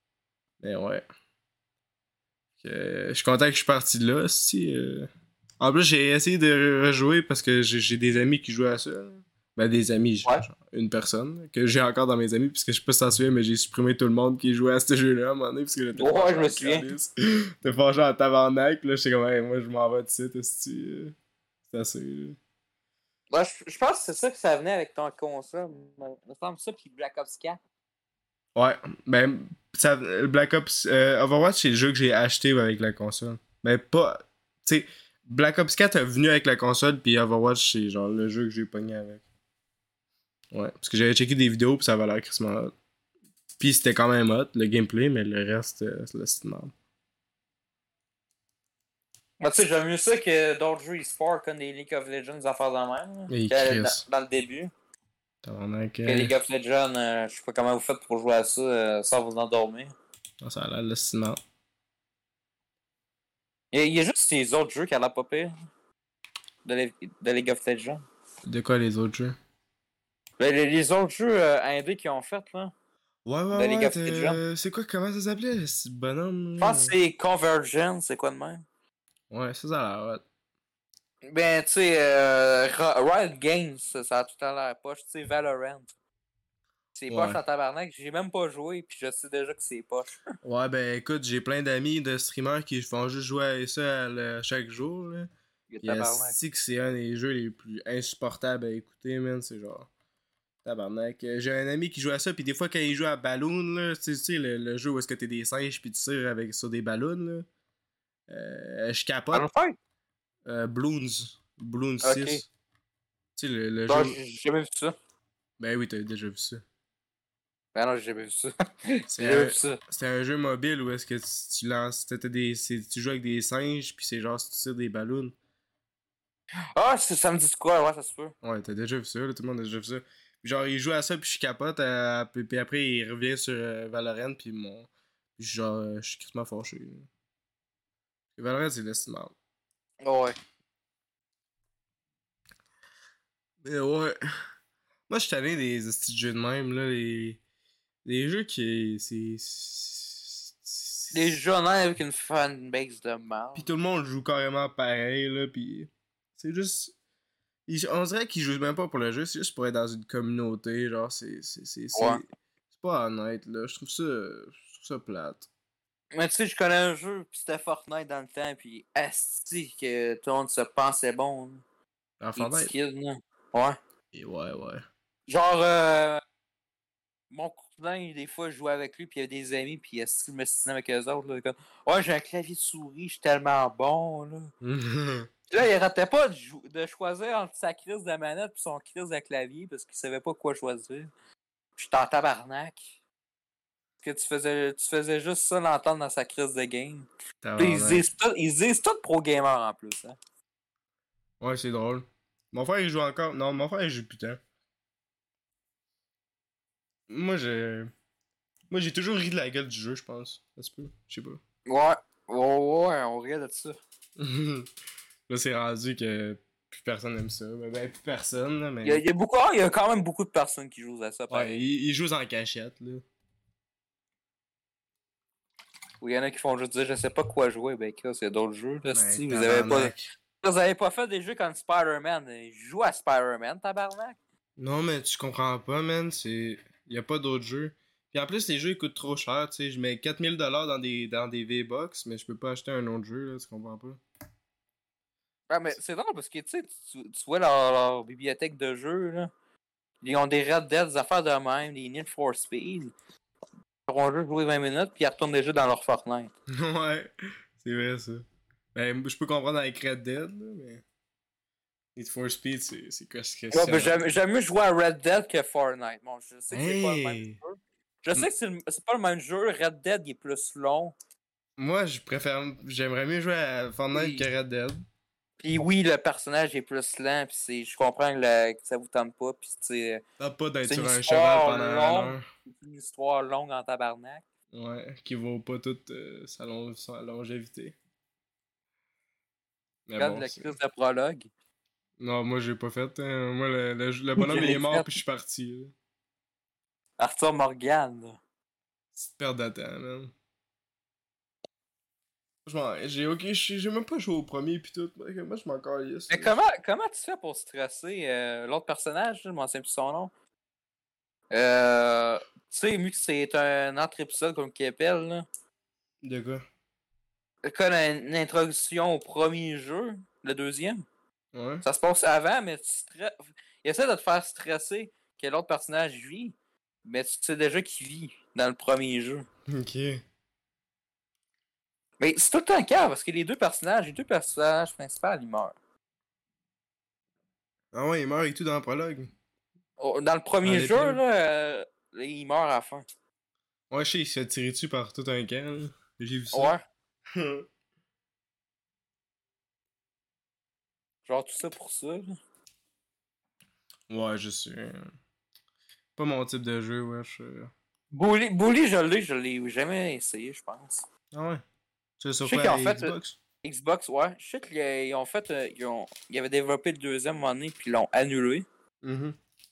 Mais ouais. Que- je suis content que je suis parti de là, si. euh. En plus, j'ai essayé de rejouer parce que j'ai, j'ai des amis qui jouent à ça. Là. Ben, des amis, Ouais. genre une personne que j'ai encore dans mes amis, puisque je sais pas si t'en souviens, mais j'ai supprimé tout le monde qui jouait à ce jeu-là à un moment donné, parce que j'étais Ouais, fâché je me en souviens. calice. T'es fâché en tabarnak, pis là, j'étais comme, hey, moi, je m'en vais de site, c'est c'est assez, là. Moi, je, je pense que c'est ça que ça venait avec ton console. Il me semble ça, puis Black Ops quatre. Ouais, ben, ça, Black Ops, euh, Overwatch, c'est le jeu que j'ai acheté avec la console. Mais pas, tu sais, Black Ops quatre est venu avec la console, puis Overwatch, c'est genre le jeu que j'ai pogné avec. Ouais, parce que j'avais checké des vidéos, puis ça avait l'air crissement hot. Puis c'était quand même hot, le gameplay, mais le reste, euh, c'est le style merde. Moi, tu sais, j'aime mieux ça que d'autres jeux e-sport comme des League of Legends, des affaires de même. là, Et que dans, Chris. dans le début. Tabarnak, Que euh, League of Legends, euh, je sais pas comment vous faites pour jouer à ça euh, sans vous endormir. ça a l'air le style merde. Il y, a, il y a juste ces autres jeux qui a l'air pas pire de, Le- de League of Legends. De quoi les autres jeux? Ben, les, les autres jeux euh, indés qu'ils ont fait, là, Ouais, de ouais, League ouais, of Legends. t'es- c'est quoi, comment ça s'appelait, ce bonhomme? Je Là? pense que c'est Convergence, c'est quoi de même? Ouais, ça, ça a l'air hot. Ben, tu sais, euh, Ra- Riot Games, ça, ça a tout à l'air poche. Tu sais, Valorant. C'est Ouais. poche en tabarnak. J'ai même pas joué, puis je sais déjà que c'est poche. Ouais, ben écoute, j'ai plein d'amis de streamers qui font juste jouer à ça à le- chaque jour, là. Le Pis tabarnak. asti que c'est un des jeux les plus insupportables à écouter, man. C'est genre. Tabarnak. Euh, J'ai un ami qui joue à ça, pis des fois quand il joue à Balloon, là, tu sais, tu sais, le, le jeu où est-ce que t'es des singes pis tu tires avec, sur des ballons, là. Euh, je capote. Balloon Fight? Euh, Bloons. Bloons Ok. six. Tu sais, le, le Non, jeu. j'ai j'ai jamais vu ça. Ben oui, t'as déjà vu ça. Ben non, j'ai jamais vu ça. C'est J'ai jamais un, vu ça. c'est un jeu mobile où est-ce que tu, tu lances. t'as des, c'est- tu joues avec des singes, pis c'est genre si tu tires des ballons. Ah, c'est- ça me dit quoi? Ouais, ça se peut. Ouais, t'as déjà vu ça, là, tout le monde a déjà vu ça. Puis genre, il joue à ça, puis je capote, euh, puis, puis après, il revient sur euh, Valorant, puis mon. Puis genre, euh, je suis quasiment fâché. là. Parce que Valorant, c'est l'estimable. Ouais. Mais ouais. Moi, je suis tanné des petits jeux de même, là, les. Les jeux qui. C'est. c'est- Les jeux honnêtes avec une fanbase de merde. Puis tout le monde joue carrément pareil, là, puis. C'est juste. ils- On dirait qu'ils jouent même pas pour le jeu, c'est juste pour être dans une communauté, genre, c'est. C'est c'est- c'est- Ouais. c'est pas honnête, là. Je trouve ça. Je trouve ça plate. Mais tu sais, je connais un jeu, pis c'était Fortnite dans le temps, pis asti que tout le monde se pensait bon. Là. En Les petits Fortnite. kids, là. Ouais. Et ouais, ouais. Genre, euh, mon cousin, des fois, je jouais avec lui, puis il y avait des amis, puis il se me stinait avec eux autres. Là, comme, ouais, j'ai un clavier de souris, je suis tellement bon. Là. Puis là, il arrêtait pas de, jou- de choisir entre sa crise de manette et son crise de clavier, parce qu'il savait pas quoi choisir. J'étais en tabarnak. Que tu faisais, tu faisais juste ça l'entendre dans sa crise de game. Puis là, ils se Tabarnak. disent tout, ils se disent tout pro gamer en plus. Hein. Ouais, c'est drôle. Mon frère, il joue encore. Non, mon frère, il joue putain. Moi, j'ai. Moi, j'ai toujours ri de la gueule du jeu, je pense. Ça se peut. Je sais pas. Ouais, ouais, ouais, on regarde de ça. Là, c'est rendu que. plus personne aime ça. Ben, ben plus personne, là, mais. Il y, a, il, y a beaucoup, ah, il y a quand même beaucoup de personnes qui jouent à ça, pareil. Ouais, ils, ils jouent en cachette, là. Ou il y en a qui font juste dire, je sais pas quoi jouer, ben, il y a d'autres jeux, là, Ouais, si vous avez pas. tabarnak. Vous avez pas fait des jeux comme Spider-Man. Ils jouent à Spider-Man, tabarnak. Non, mais tu comprends pas, man. C'est. Y a pas d'autres jeux. Puis en plus, les jeux ils coûtent trop cher, tu sais. Je mets quatre mille dollars dans des, dans des V-Bucks, mais je peux pas acheter un autre jeu, là. Tu comprends pas? Ouais, mais c'est drôle parce que, tu sais, tu, tu vois leur, leur bibliothèque de jeux, là. Ils ont des Red Dead, des affaires de même, des Need for Speed. Ils vont juste jouer vingt minutes, puis ils retournent déjà dans leur Fortnite. Ouais, c'est vrai, ça. Ben, je peux comprendre avec Red Dead, là, mais. Need for Speed, c'est, c'est quoi ce que Ouais, c'est? ben, j'aime, j'aime mieux jouer à Red Dead que Fortnite. Bon, je sais que c'est pas le même Hey! jeu. Je sais que c'est, le- c'est pas le même jeu. Red Dead, il est plus long. Moi, je préfère. J'aimerais mieux jouer à Fortnite Oui. que Red Dead. Puis oui, le personnage est plus lent, puis c'est, je comprends que, le- que ça vous tente pas, puis c'est, T'as pas d'être c'est une sur un cheval histoire pendant une longue. heure. C'est une histoire longue en tabarnak. Ouais, qui vaut pas toute euh, sa, long- sa longévité. Mais Regarde bon, la c'est... crise de prologue. Non, moi j'ai pas fait. Hein. Moi, le, le, le bonhomme Je il l'ai est mort fait. puis je suis parti. Là. Arthur Morgan, là. Petite perte de temps, man. Je m'en- J'ai ok, j'ai j'ai même pas joué au premier pis tout. Moi, moi, je m'en calisse. Mais là. comment, comment tu fais pour stresser euh, l'autre personnage, je m'en souviens plus son nom? Euh, tu sais, vu que c'est un autre épisode comme qu'il appelle, là. De quoi? Comme une introduction au premier jeu, le deuxième. Ouais. Ça se passe avant, mais tu stre... il essaie de te faire stresser que l'autre personnage vit, mais tu sais déjà qu'il vit dans le premier jeu. Ok. Mais c'est tout le temps le cas, parce que les deux personnages, les deux personnages principaux, ils meurent. Ah ouais, il meurt et tout dans le prologue. Oh, dans le Dans premier jeu, l'épreuve. là, euh, il meurt à la fin. Ouais, je sais, il se fait tirer dessus par tout un camp. là. J'ai vu ça. Ouais. Genre tout ça pour ça, là. Ouais, je sais. Pas mon type de jeu, wesh. euh. Bully, Bully, je l'ai, je l'ai jamais essayé, je pense. Ah ouais. Tu sais sur Je sais quoi, qu'ils ont fait euh, Xbox? Xbox, ouais. Je sais qu'ils ont fait. euh, ils, ont, ils avaient développé le deuxième moment donné, puis ils l'ont annulé. Mhm.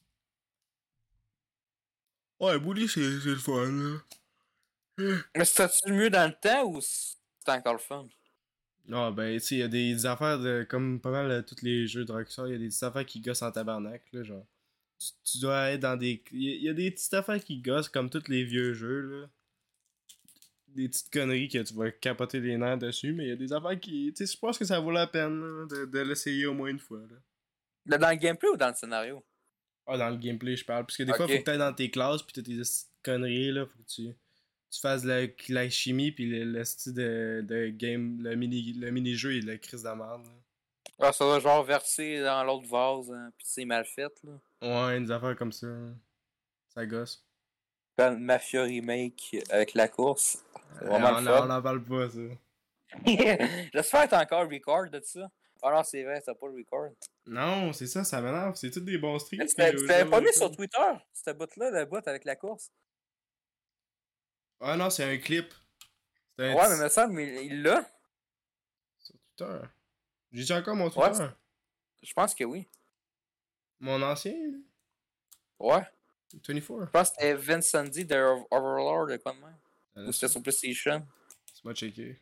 Ouais, Bully, c'est c'est le fun, là. Mais c'était-tu mieux dans le temps ou c'était encore le fun? Ah ben, tu sais, il y a des, des affaires de. Comme pas mal euh, tous les jeux de Rockstar, il y a des petites affaires qui gossent en tabarnak, là, genre. Tu, tu dois être dans des. Il y, a- il y a des petites affaires qui gossent comme tous les vieux jeux, là. Des petites conneries que tu vas capoter les nerfs dessus, mais il y a des affaires qui. Tu sais, je pense que ça vaut la peine, là, de, de l'essayer au moins une fois, là. Là, dans le gameplay ou dans le scénario? Ah, dans le gameplay, je parle. Parce que des fois, Ok. faut que t'ailles dans tes classes, pis t'as tes petites conneries, là. Faut que tu. Tu fasses la, la chimie, puis le, le style de, de game. Le mini, le mini-jeu et le crise de la merde, là. Ah, ça va genre verser dans l'autre vase, hein, pis c'est mal fait, là. Ouais, des affaires comme ça. Ça gosse. Comme Mafia Remake avec la course. C'est Euh, vraiment on, le en- on fun. en parle pas, ça. J'espère que t'as encore le record de ça. Ah non, c'est vrai, t'as pas le record. Non, c'est ça, ça m'énerve. C'est tous des bons streams. Mais tu puis l'avais j'ai tu l'avais pas jamais mis fait. sur Twitter, cette bout-là, le bout avec la course. Ah non, c'est un clip. C'est un Ouais, mais petit- me semble, il il l'a. Sur Twitter. J'ai encore mon Ouais, Twitter. je pense que oui. Mon ancien, là. Ouais. vingt-quatre. Je pense que c'était Vincent D de Overlord, de quoi de même. Ah, Ou laisse- c'était sur PlayStation. Laisse-moi checker.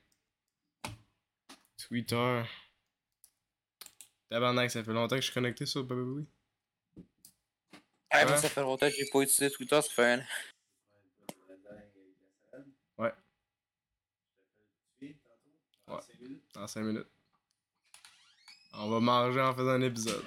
Twitter. Tabarnak, ça fait longtemps que je suis connecté sur Bababoui. Ah, moi, Ouais. ça fait longtemps que j'ai pas utilisé Twitter, ça fait un an. Ouais. Ouais. Dans cinq minutes. On va manger en faisant un épisode.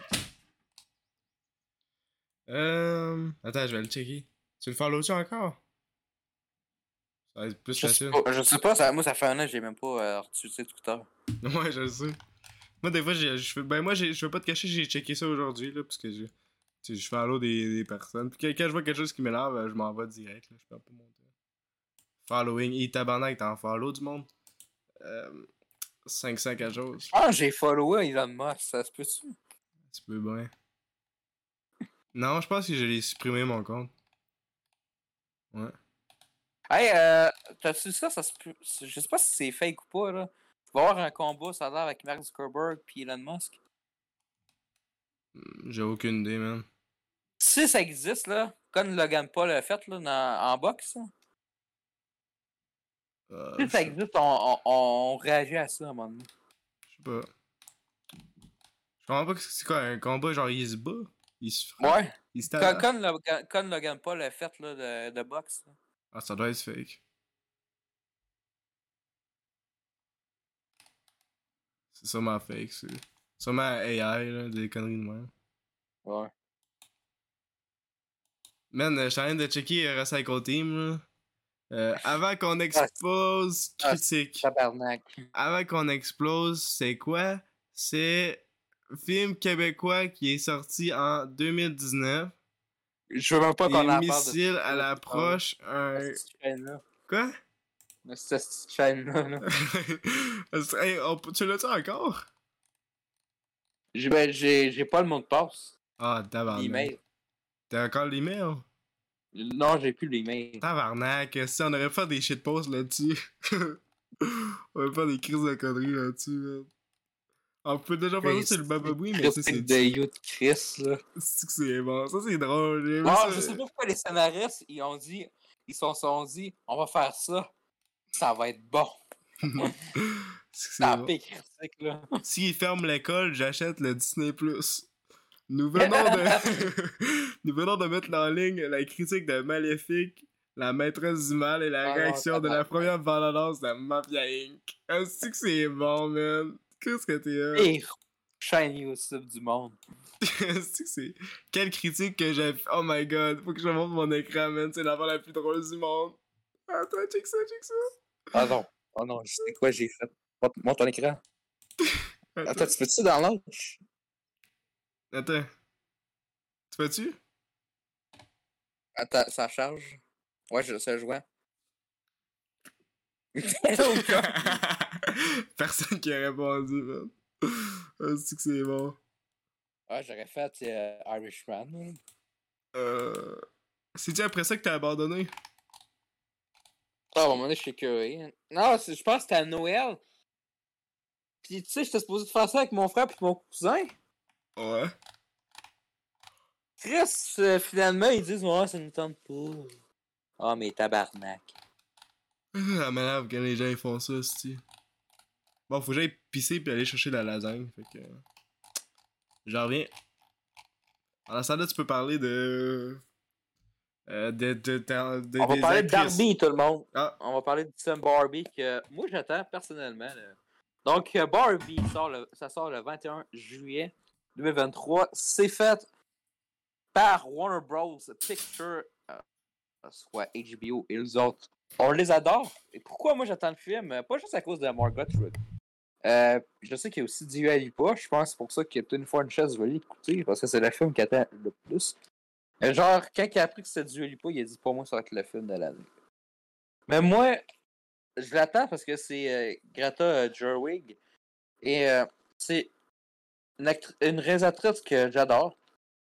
Euh... Attends, je vais le checker. Tu le follow-tu encore? Ça va être plus Je sais facile. pas, je sais pas ça, moi, ça fait un an que j'ai même pas euh, utilisé Twitter. Ouais, je le sais. Moi, des fois, j'ai- je fais. Ben, moi, j'ai- je veux pas te cacher, j'ai checké ça aujourd'hui, là, parce que je. Tu sais, je fais follow des, des personnes. Puis quand, quand je vois quelque chose qui m'énerve, euh, je m'en vais direct, là. Je perds pas mon temps. Following. Et tabarnak, t'en follow du monde. Euh. cinq cents quelque chose. Ah, j'ai followé Elon Musk, ça se peut-tu? Tu peux bien. Non, je pense que je l'ai supprimé mon compte. Ouais. Hey, euh, t'as-tu ça, ça se peut... Je sais pas si c'est fake ou pas, là. Il va y avoir un combat, ça a l'air, avec Mark Zuckerberg pis Elon Musk. J'ai aucune idée, man. Si ça existe, là, comme Logan Paul l'a fait là, dans- en boxe, là, Euh, si je ça sais existe, on, on, on réagit à ça à un moment donné. je sais pas. Je comprends pas que c'est quoi, un combat, genre il se bat, il se frappe, Ouais. il se Comme, tabasse. comme Logan, comme Logan Paul l'a fait là, de, de boxe. Là. Ah, ça doit être fake. C'est sûrement fake, c'est sûrement A I, là, des conneries de même. Ouais. Man, euh, je suis en train de checker euh, Recycle Team, là. Euh, avant qu'on Ah, explose, ah, critique. tabarnak. Avant qu'on explose, c'est quoi? C'est un film québécois qui est sorti en deux mille dix-neuf. Je veux même pas Des qu'on en parle de ce missiles à film là. l'approche, un... Cette chaîne-là. Quoi? Cette chaîne-là. Là. Hey, on peut- tu l'as-tu encore? J'ai ben, j'ai j'ai pas le mot de passe. Ah, tabarnak. L'email. T'as encore l'email? Non, j'ai plus l'email. Tabarnak, si on aurait fait des shitposts là-dessus. On aurait fait des crises de conneries là-dessus, man. On peut déjà faire ça sur le Bababoui, mais ça, c'est de Youth Chris, là. c'est que c'est bon. Ça, c'est drôle. J'ai aimé Bon, ça. je sais pas pourquoi les scénaristes, ils ont dit, ils se sont, sont dit, on va faire ça, ça va être bon. C'est que c'est C'est la bon. pire critique, là. S'ils ferment l'école, j'achète le Disney+. Nous venons de... Nous venons de mettre en ligne la critique de Maléfique, la maîtresse du mal et la Ah non, réaction de la tabarnak. première bande-annonce de Mafia Inc. Est-ce que c'est bon, man? Qu'est-ce que t'es là? Pire chaîne YouTube du monde. Est-ce que c'est... Quelle critique que j'ai fait? Oh my god, faut que je montre mon écran, man. C'est l'affaire la plus drôle du monde. Attends, check ça, check ça. Ah non, ah non, je sais quoi j'ai fait. Montre montre ton écran. Attends, Attends, tu fais-tu dans l'âge? Attends. Tu fais-tu? Attends, ça charge. Ouais, je sais jouer. Personne qui a répondu, man. Est-ce que c'est bon? Ah, j'aurais fait euh, Irishman. là. Euh... C'est-tu après ça que t'as abandonné? Ah, à un moment donné, je suis curieux. Non, c'est- je pense que c'était à Noël. Pis tu sais, j'étais supposé de faire ça avec mon frère pis mon cousin. Ouais. Chris, euh, finalement, ils disent, ouais, ça nous tente pas. Ah, mais tabarnak. Ah, m'énerve quand les gens ils font ça, c'ti. Bon, faut que j'aille pisser puis aller chercher la lasagne, fait que... J'en reviens. En là, tu peux parler de... Euh, de... de, de, de On va des parler de actrices. Barbie, tout le monde. Ah, On va parler de Tim Barbie que moi, j'attends personnellement. Là. Donc, euh, Barbie, sort le, ça sort le vingt et un juillet deux mille vingt-trois. C'est fait par Warner Bros. Pictures, euh, soit H B O et les autres. On les adore. Et pourquoi moi j'attends le film? Pas juste à cause de Margot Robbie. Euh, je sais qu'il y a aussi Dua Lipa. Je pense que c'est pour ça qu'il y a une fois une chaise, je vais l'écouter parce que c'est le film qui attend le plus. Euh, Genre, quand il a appris que c'était Dua Lipa, il a dit pour moi ça va être le film de l'année. Mais moi, je l'attends parce que c'est euh, Greta euh, Gerwig. Et euh, c'est une, actri- une réalisatrice que j'adore.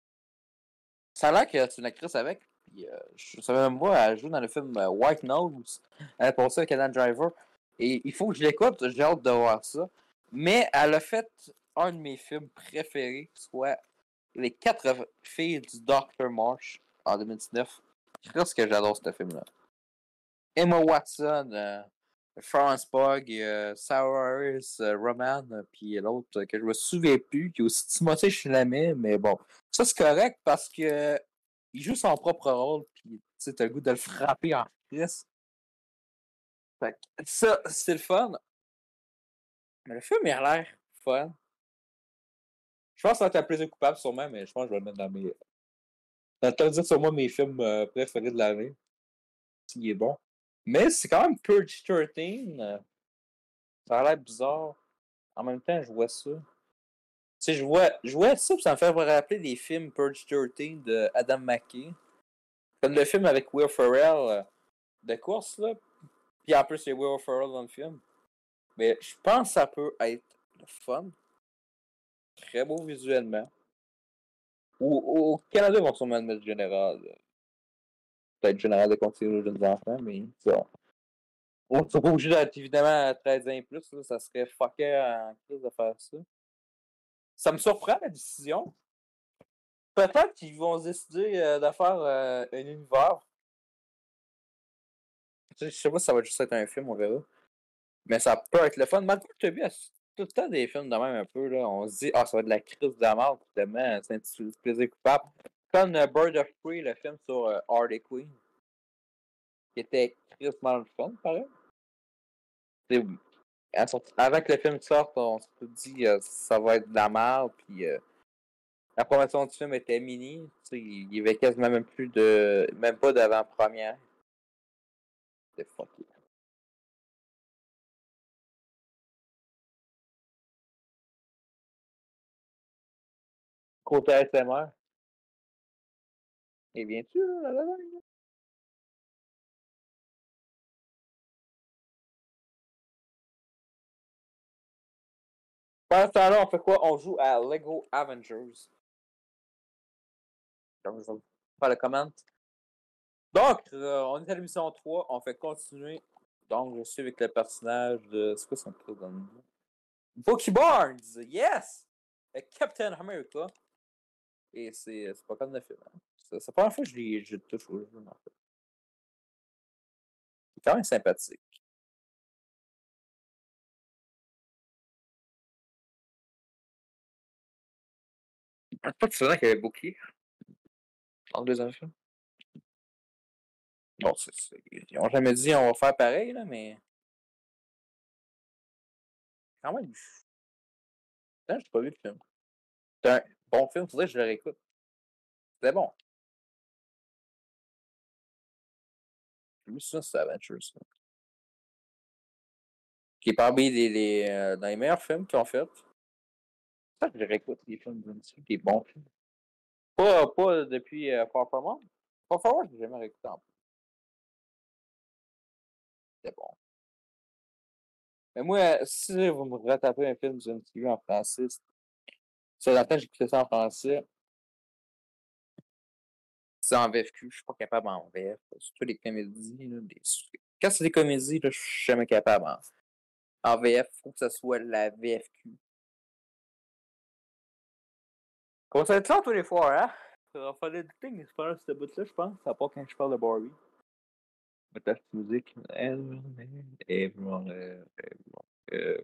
Ça a l'air que c'est une actrice avec. Puis, euh, je savais même pas, elle joue dans le film euh, White Nose. Elle a passé avec Adam Driver. Et il faut que je l'écoute, j'ai hâte de voir ça. Mais elle a fait un de mes films préférés, soit Les quatre filles du docteur Marsh en deux mille dix-neuf. Je pense que j'adore ce film-là. Emma Watson, euh, Florence Pugh, euh, Sarah Harris, euh, Roman, euh, puis l'autre euh, que je me souviens plus, qui est aussi Timothée Chalamet, mais bon. Ça, c'est correct parce que euh, il joue son propre rôle, puis tu sais, t'as le goût de le frapper en crise. Fait que ça, c'est le fun. Mais le film, il a l'air fun. Je pense que ça va être un plaisir coupable, sûrement, mais je pense que je vais le mettre dans mes. Dans le temps de dire sur moi mes films euh, préférés de l'année. S'il est bon. Mais c'est quand même Purge treize. euh, ça a l'air bizarre. En même temps, je vois ça. Tu sais, je vois, je vois ça, puis ça me fait rappeler des films Purge treize de Adam McKay. Comme le film avec Will Ferrell euh, de course, là. Puis en plus, il y a Will Ferrell dans le film. Mais je pense que ça peut être le fun. Très beau visuellement. Au, au Canada, ils vont sûrement le mettre général. euh, Peut-être général de continuer aux jeunes enfants, mais ça. On n'est pas obligé d'être évidemment à treize ans et plus, là, ça serait fucké en crise de faire ça. Ça me surprend la décision. Peut-être qu'ils vont décider euh, de faire euh, un univers. Je sais pas si ça va juste être un film, on verra. Mais ça peut être le fun. Malgré que tu as vu tout le temps des films de même un peu, là. On se dit, ah, ça va être de la crise de la mort, tellement c'est intitulé Plaisir coupable. Comme uh, Bird of Prey, le film sur uh, Harley Quinn, qui était crissement le fun, pareil. C'est, avant que le film sorte, on se dit, euh, ça va être de la merde, puis euh, la promotion du film était mini. Il y avait quasiment même plus de. Même pas d'avant-première. C'était fucké. Côté S M R. Et viens-tu, là, là, là, là? Pendant ce temps-là, on fait quoi? On joue à Lego Avengers. Donc, je vais faire le comment. Donc, euh, on est à l'émission trois, on fait continuer. Donc, je suis avec le personnage de. C'est quoi son prénom? Bucky Barnes! Yes! Euh, Captain America. Et c'est c'est pas comme le film. Hein. C'est la première fois que je l'ai je touche au jeu, en fait. C'est quand même sympathique. Je pas tu qu'il y avait Bucky dans le deuxième film. Bon, c'est, c'est, ils ont jamais dit on va faire pareil, là, mais. Quand même. Putain, j'ai pas vu le film. C'est un bon film, faudrait que je le réécoute. C'était bon. Je me souviens, c'était Avengers. Ça. Qui est parmi les, les, euh, dans les meilleurs films qu'ils ont fait. C'est ça que je réécoute les films de dessus, des bons films. Pas, pas depuis euh, Far From Home. Far From Home, je l'ai jamais réécouté en plus. C'était bon. Mais moi, si vous me rattrapez un film d'une T V en français, sur la tête, j'écoutais ça en français. C'est en V F Q, je suis pas capable en V F. Surtout les comédies. Là, des... Quand c'est des comédies, là, je suis jamais capable en, en V F. Il faut que ce soit la V F Q. Comment ça va être ça tous les fois, hein? Ça va faire l'éditing, mais c'est pas là, ce bout-là, je pense. Ça part quand je parle de Barbie. Mettre la musique. Everyone, everyone, everyone.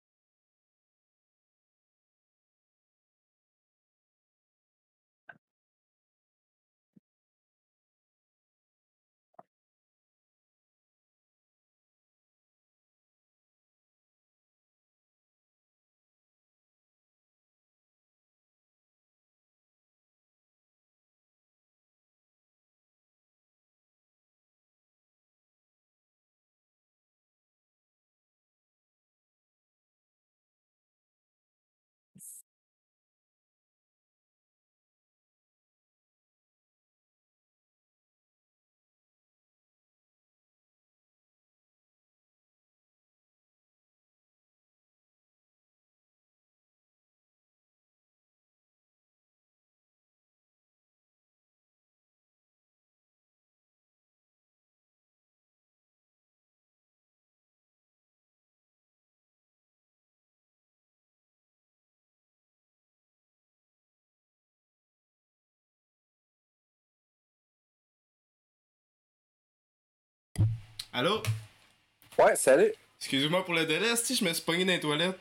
Allô? Ouais, salut. Excusez-moi pour le délai, si je me suis pogné dans les toilettes.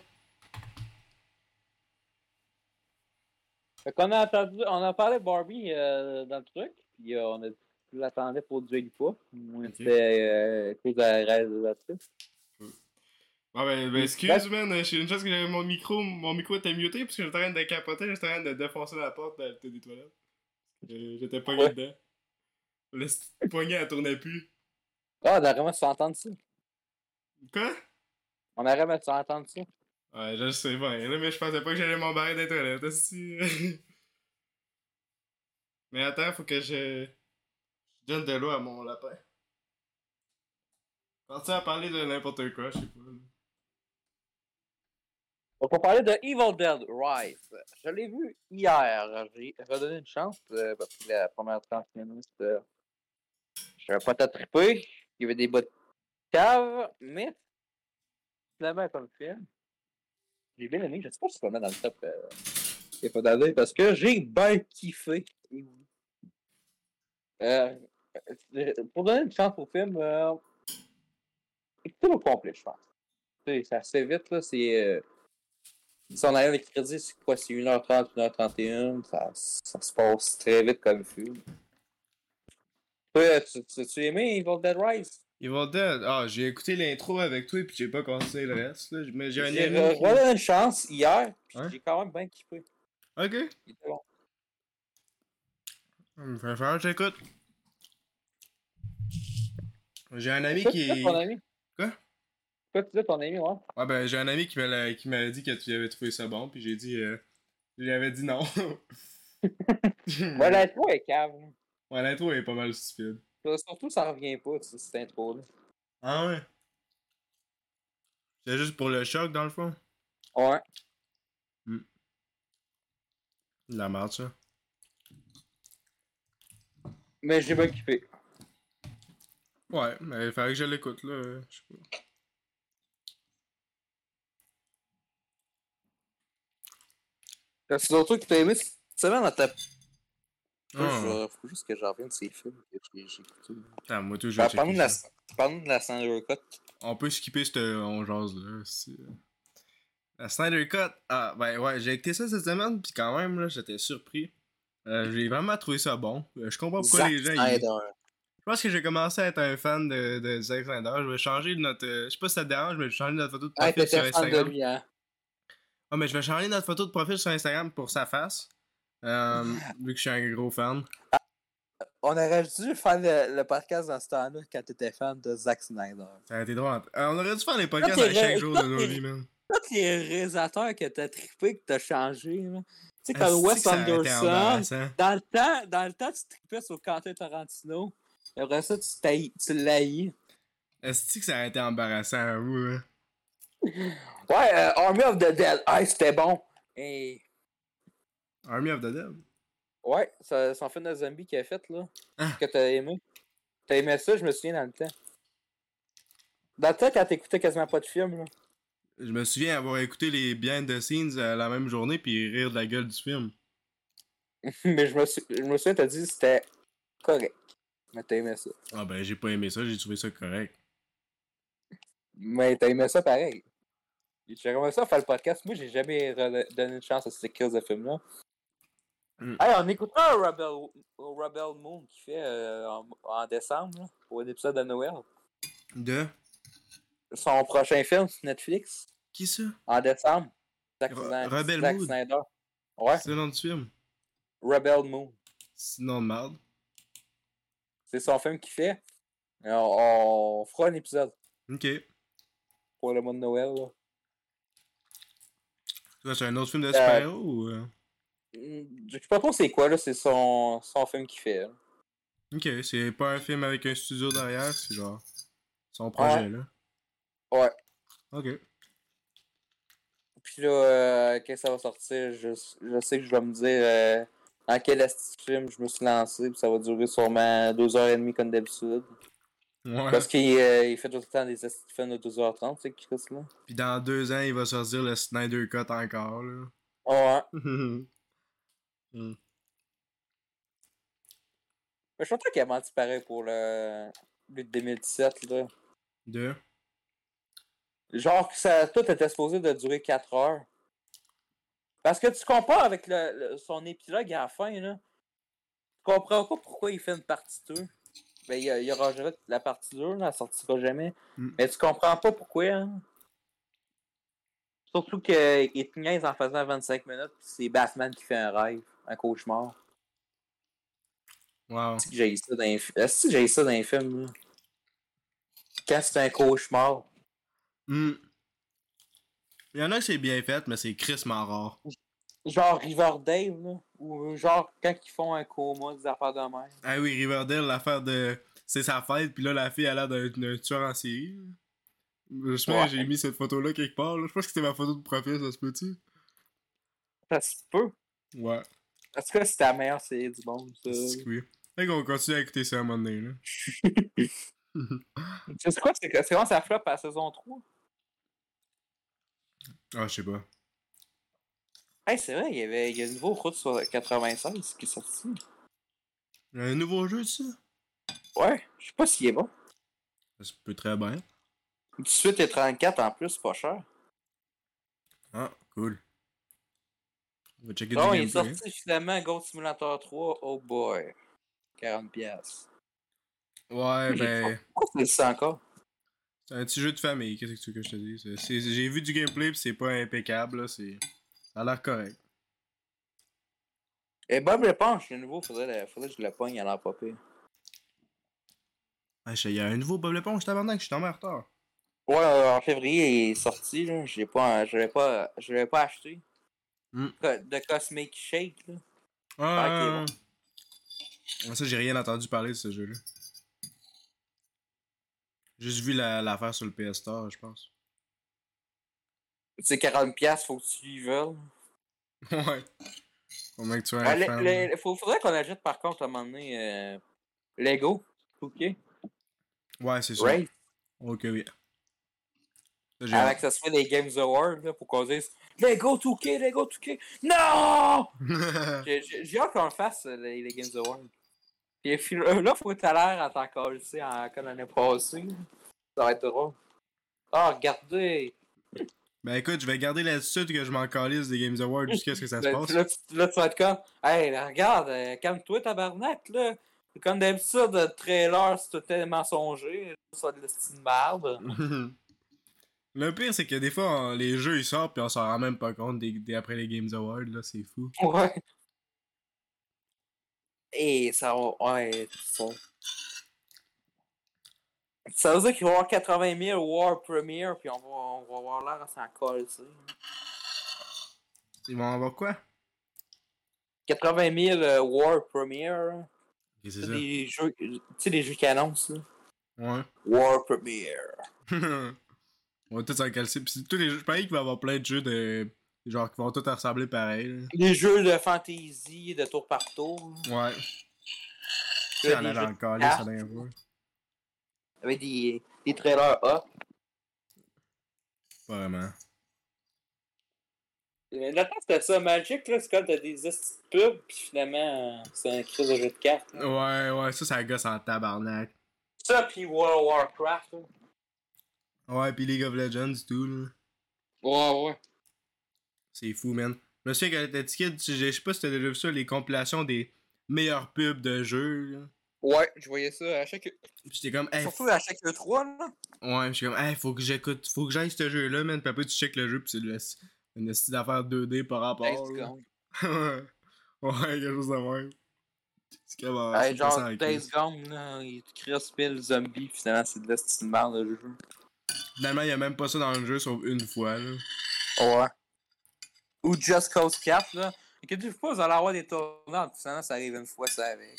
Fait qu'on a entendu, on a parlé de Barbie euh, dans le truc, puis euh, on a dit qu'on l'attendait pour du Lipa. Moi, Ok. c'était euh, à cause de la réalisatrice. Ah ben, ben excuse, man, je suis une chose que j'avais mon micro, mon micro était muté parce que j'étais en train de capoter, j'étais en train de défoncer la porte de, des toilettes. J'étais pogné Ouais. dedans. Le poignet, elle tournait plus. Ah, on a vraiment s'entendre ça. Quoi? On a vraiment s'entendre ça. Ouais, je sais bien, là, mais je pensais pas que j'allais m'embarrer des toilettes, aussi. Mais attends, faut que je... je donne de l'eau à mon lapin. Quand à parler de n'importe quoi, je sais pas. Là. Donc, on parlait de Evil Dead Rise. Je l'ai vu hier. J'ai redonné une chance euh, parce que la première trente minutes, euh, je n'avais pas tant trippé. Il y avait des bouts de cave, mais finalement, comme film, j'ai bien aimé. Je sais pas si je peux le mettre dans le top. Euh... Il n'y a pas d'année parce que j'ai bien kiffé. Euh, pour donner une chance au film, euh, écoutez au complet, je pense. C'est assez vite, là. C'est. Euh, si on arrive avec crédit, c'est quoi? C'est une heure trente, une heure trente et un. Ça, ça se passe très vite comme film. Toi, tu, tu, tu aimé Evil Dead Rise? Evil Dead, ah, j'ai écouté l'intro avec toi et puis j'ai pas conseillé le reste, là. Mais j'ai un J'ai ami qui. redonné une chance hier, puis Hein? j'ai quand même bien kiffé. Ok. Il était bon. Hum, Fais faire, j'écoute. J'ai un ami Quoi tu dis, ton qui. ami? Quoi? Quoi tu dis, ton ami, ouais? Ah ben, j'ai un ami qui m'a qui m'avait dit que tu avais trouvé ça bon, puis j'ai dit. Euh... Lui avais dit non. Ouais, l'intro est cave. Ouais, l'intro est pas mal stupide. Surtout, ça revient pas, tu sais, cette intro-là. Ah ouais? C'est juste pour le choc, dans le fond? Ouais. Hmm. De la merde, ça. Mais j'ai bien kiffé. Ouais, mais il fallait que je l'écoute, là. Je sais pas. C'est d'autres trucs que t'as aimé cette semaine dans ta. Ah, Je... Faut juste que j'en revienne de ces films que j'ai j'ai écoutés. attends, moi, tout, je vais Ben, checker parlons de la, ça. parlons de la Snyder Cut. On peut skipper cette on jase là. Si... La Snyder Cut, ah, ben ouais, j'ai écouté ça cette semaine, pis quand même, là, j'étais surpris. Euh, j'ai vraiment trouvé ça bon. Euh, je comprends pourquoi Zack les gens, ils... Snyder. Je pense que j'ai commencé à être un fan de, de Zack Snyder. Je vais changer notre... euh, je sais pas si ça te dérange, mais je vais changer notre photo de Ah, profil sur t'étais fan de Instagram. lui, hein? Ah, mais je vais changer notre photo de profil sur Instagram pour sa face. Euh, vu que je suis un gros fan. On aurait dû faire le, le podcast dans ce temps-là quand t'étais fan de Zack Snyder. Ça a été drôle. Euh, on aurait dû faire les Tous podcasts les, à chaque ré... jour de tous nos les... vies, man. tous les réalisateurs que t'as trippé, que t'as changé, là. Tu sais, comme Est-ce que Wes ça a été Anderson, embarrassant? dans le temps, dans le temps, tu trippais sur Quentin Tarantino. Et après ça, tu, t'haïs- tu l'haïs. Est-ce que ça a été embarrassant à vous, hein? Ouais, euh, Army of the Dead. Ah, c'était bon. Et... Army of the Dead? Ouais, c'est son film de zombie qu'il a fait, là. Ah, Que t'as aimé. T'as aimé ça, je me souviens dans le temps. Dans le temps, quand t'écoutais quasiment pas de film, là. je me souviens avoir écouté les behind the scenes euh, la même journée puis rire de la gueule du film. Mais je me, sou... je me souviens, t'as dit que c'était correct. Mais t'as aimé ça. Ah ben j'ai pas aimé ça, j'ai trouvé ça correct. Mais t'as aimé ça pareil. J'aimerais ça faire le podcast. Moi, j'ai jamais re- donné une chance à ces kills de film-là. Mm. Hey, on écoutera un Rebel, Rebel Moon qui fait euh, en, en décembre, là, pour un épisode de Noël. De? Son prochain film sur Netflix, Qui ça? en décembre. Zack, Re- Rebel Zack Mood? Snyder. Ouais, C'est le nom du film? Rebel Moon. C'est le nom de merde. C'est son film qu'il fait. Et On, on fera un épisode Ok. pour le mois de Noël. Là. Ça, c'est un autre film de Euh, super-héros ou... euh? je sais pas trop c'est quoi, là. C'est son, son film qu'il fait. Là. Ok, c'est pas un film avec un studio derrière, c'est genre... son projet, Ouais. là. Ouais. Ok. Puis là, euh, quand ça va sortir, je, je sais que je vais me dire euh, en quel esti de film je me suis lancé. Puis ça va durer sûrement deux heures trente comme d'habitude. Ouais. Parce qu'il euh, il fait tout le temps des esti de films de deux heures trente, tu sais, Chris, là. Puis dans deux ans, il va sortir le Snyder Cut encore, là. Ouais. Hmm. Mais je suis content qu'il a menti pareil pour le, le deux mille dix-sept, là. De? Genre que ça, tout était supposé de durer quatre heures. Parce que tu compares avec le, le- son épilogue à la fin, là. Tu comprends pas pourquoi il fait une partie deux. Ben, il y, a- il y aura jamais la partie deux, là, elle sortira jamais. Mm. Mais tu comprends pas pourquoi, hein. Surtout qu'il te niaise en faisant vingt-cinq minutes, pis c'est Batman qui fait un rêve, un cauchemar. Wow. Est-ce que j'ai ça dans les films? Est-ce que j'ai ça dans les films, là? Quand c'est un cauchemar. Hmm. Il y en a que c'est bien fait, mais c'est crissement rare. Genre Riverdale, là. Ou genre quand ils font un coma, des affaires de même. Ah oui, Riverdale, l'affaire de... C'est sa fête, puis là, la fille a l'air d'un d'un tueur en série. Je sais Ouais. j'ai mis cette photo-là quelque part, là. Je pense que c'était ma photo de profil, ça se peut-tu? Ça se peut. Ouais, Parce que c'est la meilleure série du monde, ça. c'est que oui. Fait qu'on continue à écouter ça à un moment donné, là. C'est quoi? C'est c'est comment ça flop à la saison trois? Ah, je sais pas. Hey, c'est vrai, il y avait il y a un nouveau Route sur quatre-vingt-seize qui est sorti. Un nouveau jeu, ça? Ouais, je sais pas s'il est bon. Ça se peut très bien. dix-huit et trente-quatre en plus, c'est pas cher. Ah, cool. On va checker du Non, il est gameplay. sorti finalement Goat Simulator trois, oh boy. quarante piastres. Ouais, ben. Pourquoi tu fais ça encore? C'est un petit jeu de famille, qu'est-ce que tu veux que je te dise? C'est- c'est- J'ai vu du gameplay pis c'est pas impeccable, là. c'est- Ça a l'air correct. Et Bob l'éponge, le nouveau, faudrait, faudrait que je le pogne à l'air pas pire. Ah, il y a un nouveau Bob l'éponge, tabarnak, je suis tombé en retard. Ouais, euh, en février, il est sorti, là. Je l'ai pas, je l'ai pas, je l'ai pas acheté. Hmm. Co- De Cosmic Shake, là. Ah, ok, Ah, bon. ah, ça, j'ai rien entendu parler de ce jeu-là. J'ai juste vu la- l'affaire sur le P S Store, je pense. C'est quarante piastres, faut que tu y veuilles. Ouais. Faut bien que tu sois Ah, un le, fan. le- faut, faudrait qu'on achète par contre à un moment donné euh, Lego. Ok. Ouais, c'est ça. Race. Ok, oui. Ça, j'ai Avec hâte. ça se fait les Games Awards, là, pour qu'on dise Lego deux K, Lego deux K. Non! J'ai j'ai- j'ai hâte qu'on le fasse, euh, les, les Games Awards. Puis fi- euh, là, faut que t'as l'air à t'en coller en comme l'année passée. Ça va être drôle. Ah, regardez! Ben écoute, je vais garder l'attitude que je m'en calisse des Games Awards jusqu'à ce que ça se Là, passe. là, tu là, tu vas être comme Hey, là, regarde, euh, calme-toi, tabarnak, là. C'est comme d'habitude, le trailer, c'est tout tellement mensonger. Ça de la style de merde. Le pire, c'est que des fois, on- les jeux ils sortent puis on s'en rend même pas compte des, des- après les Games Awards, là, c'est fou. Ouais. Et ça va. Ouais, ça. Ça veut dire qu'il va y avoir quatre-vingt mille War Premiere, puis on va, on va avoir l'air à s'en coller, tu sais. Ils vont avoir quoi? quatre-vingt mille euh, War Premiere. Hein. Ok, c'est C'est ça. des jeux. Tu sais, des jeux qui annoncent, là. Ouais. War Premiere. On va tous s'en calcer. Pis c'est tous les jeux. Je parie qu'il va y avoir plein de jeux de. Genre qui vont tous ressembler pareil. Là. Des jeux de fantasy, de tour par tour. Ouais. Tu Là, sais, on des avait jeux de encore ça cartes, dernière fois. avec des, des trailers hot. Pas vraiment. Euh, Le temps, c'était ça. Magic, là, c'est quand t'as des esti de pubs, puis finalement, euh, c'est un crise de jeu de cartes. Là. Ouais, ouais, ça, ça gosse en tabarnak. Ça, puis World of Warcraft. Là. Ouais, pis League of Legends et tout, là. Ouais, ouais. C'est fou, man. Je me souviens quand t'étais petit kid, je sais pas si t'as déjà vu ça, les compilations des meilleures pubs de jeux, là. Ouais, je voyais ça à chaque. Pis j'étais comme, hey, Surtout à chaque E trois, là. ouais, j'étais comme, hey, faut que j'écoute, faut que j'aille ce jeu-là, man. Pis après, tu checkes le jeu, pis c'est le- une style d'affaire deux D par rapport, Days là. Gone. Ouais, ouais, quelque chose de même. C'est comme, ah, Hey, c'est genre, ça en Days crise. Gone, là, il te crisse mille zombies, pis finalement, c'est de la style merde, le jeu. Finalement, y'a même pas ça dans le jeu, sauf une fois, là. Ouais. Ou Just Cause quatre, là. Inquiétez-vous pas, vous allez avoir des tournants, pis finalement, ça arrive une fois, ça avec.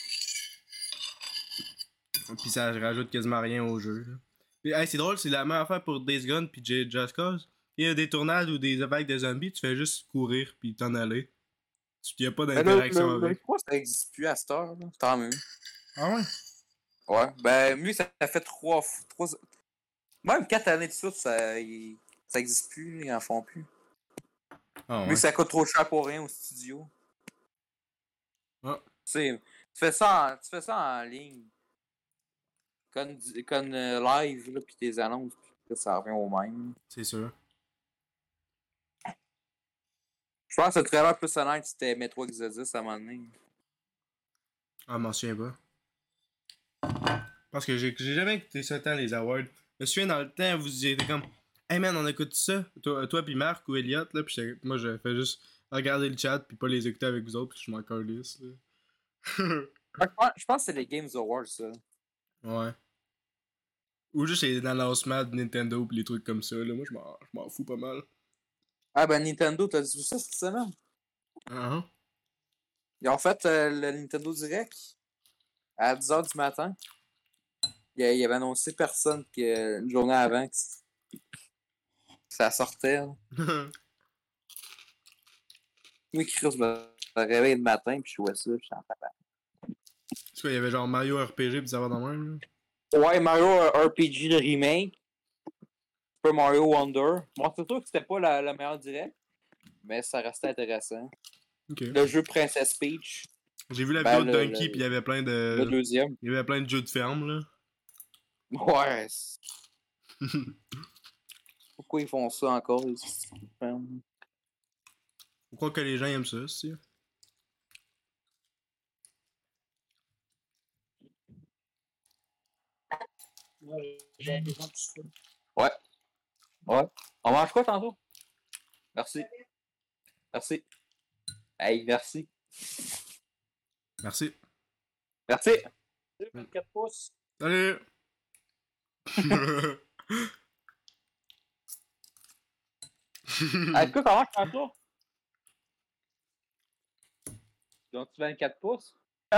Pis ça rajoute quasiment rien au jeu, là. Pis, hey, c'est drôle, c'est la même affaire pour Days Gone pis J- Just Cause. Il y a des tournades ou des vagues de zombies, tu fais juste courir pis t'en aller. Il y a pas Mais le, d'interaction le, le avec. trois, ça existe plus à cette heure, là. Tant mieux. Ah ouais? Ouais. Ben, lui, ça ça fait trois. trois... Même quatre années de suite, ça, il... ça existe plus, ils en font plus. Ah Lui, ouais. ça coûte trop cher pour rien au studio. Ah. Tu sais, tu fais ça en, tu fais ça en ligne. Comme, du- comme euh, live, là, pis tes annonces, pis ça revient au même. C'est sûr. Je pense que le trailer plus honnête, c'était Metro Exodus à un moment donné. Ah, je m'en souviens pas. Parce que j'ai j'ai jamais écouté ça tant les awards. Je me souviens dans le temps, vous étiez comme, hey man, on écoute ça. Toi, toi pis Marc ou Elliot, là. Pis j'étais- moi, je fais juste regarder le chat pis pas les écouter avec vous autres pis je m'en calisse, là. Ouais, Je pense je pense que c'est les Games Awards, ça. Ouais. Ou juste les lancements de Nintendo pis les trucs comme ça, là. Moi, je m'en je m'en fous pas mal. Ah ben Nintendo, t'as vu ça cette semaine? Ah, ah. Ils ont fait euh, le Nintendo Direct à dix heures du matin. Il y avait annoncé personne que, une journée avant que, c- que ça sortait. Là. Moi, Chris me réveillé le matin puis je jouais ça, puis j'étais en papa. C'est quoi, il y avait genre Mario R P G pis ça va dans le même, là. Ouais, Mario R P G le remake. Super Mario Wonder. Bon, c'est sûr que c'était pas la, la meilleure direct. mais ça restait intéressant. Ok. Le jeu Princess Peach, J'ai vu la Ben, vidéo de le- Donkey, le- pis il y avait plein le de. deuxième. Il y avait plein de jeux de ferme, là. Ouais. c'est- Pourquoi ils font ça encore? les- Je crois que les gens aiment ça, c'est. Ouais. Ouais. On mange quoi tantôt? Merci. Merci. Hey, merci. Merci. Merci. vingt-quatre pouces. Salut! Hey, quoi, comment tu tantôt? Donc, tu vingt-quatre pouces?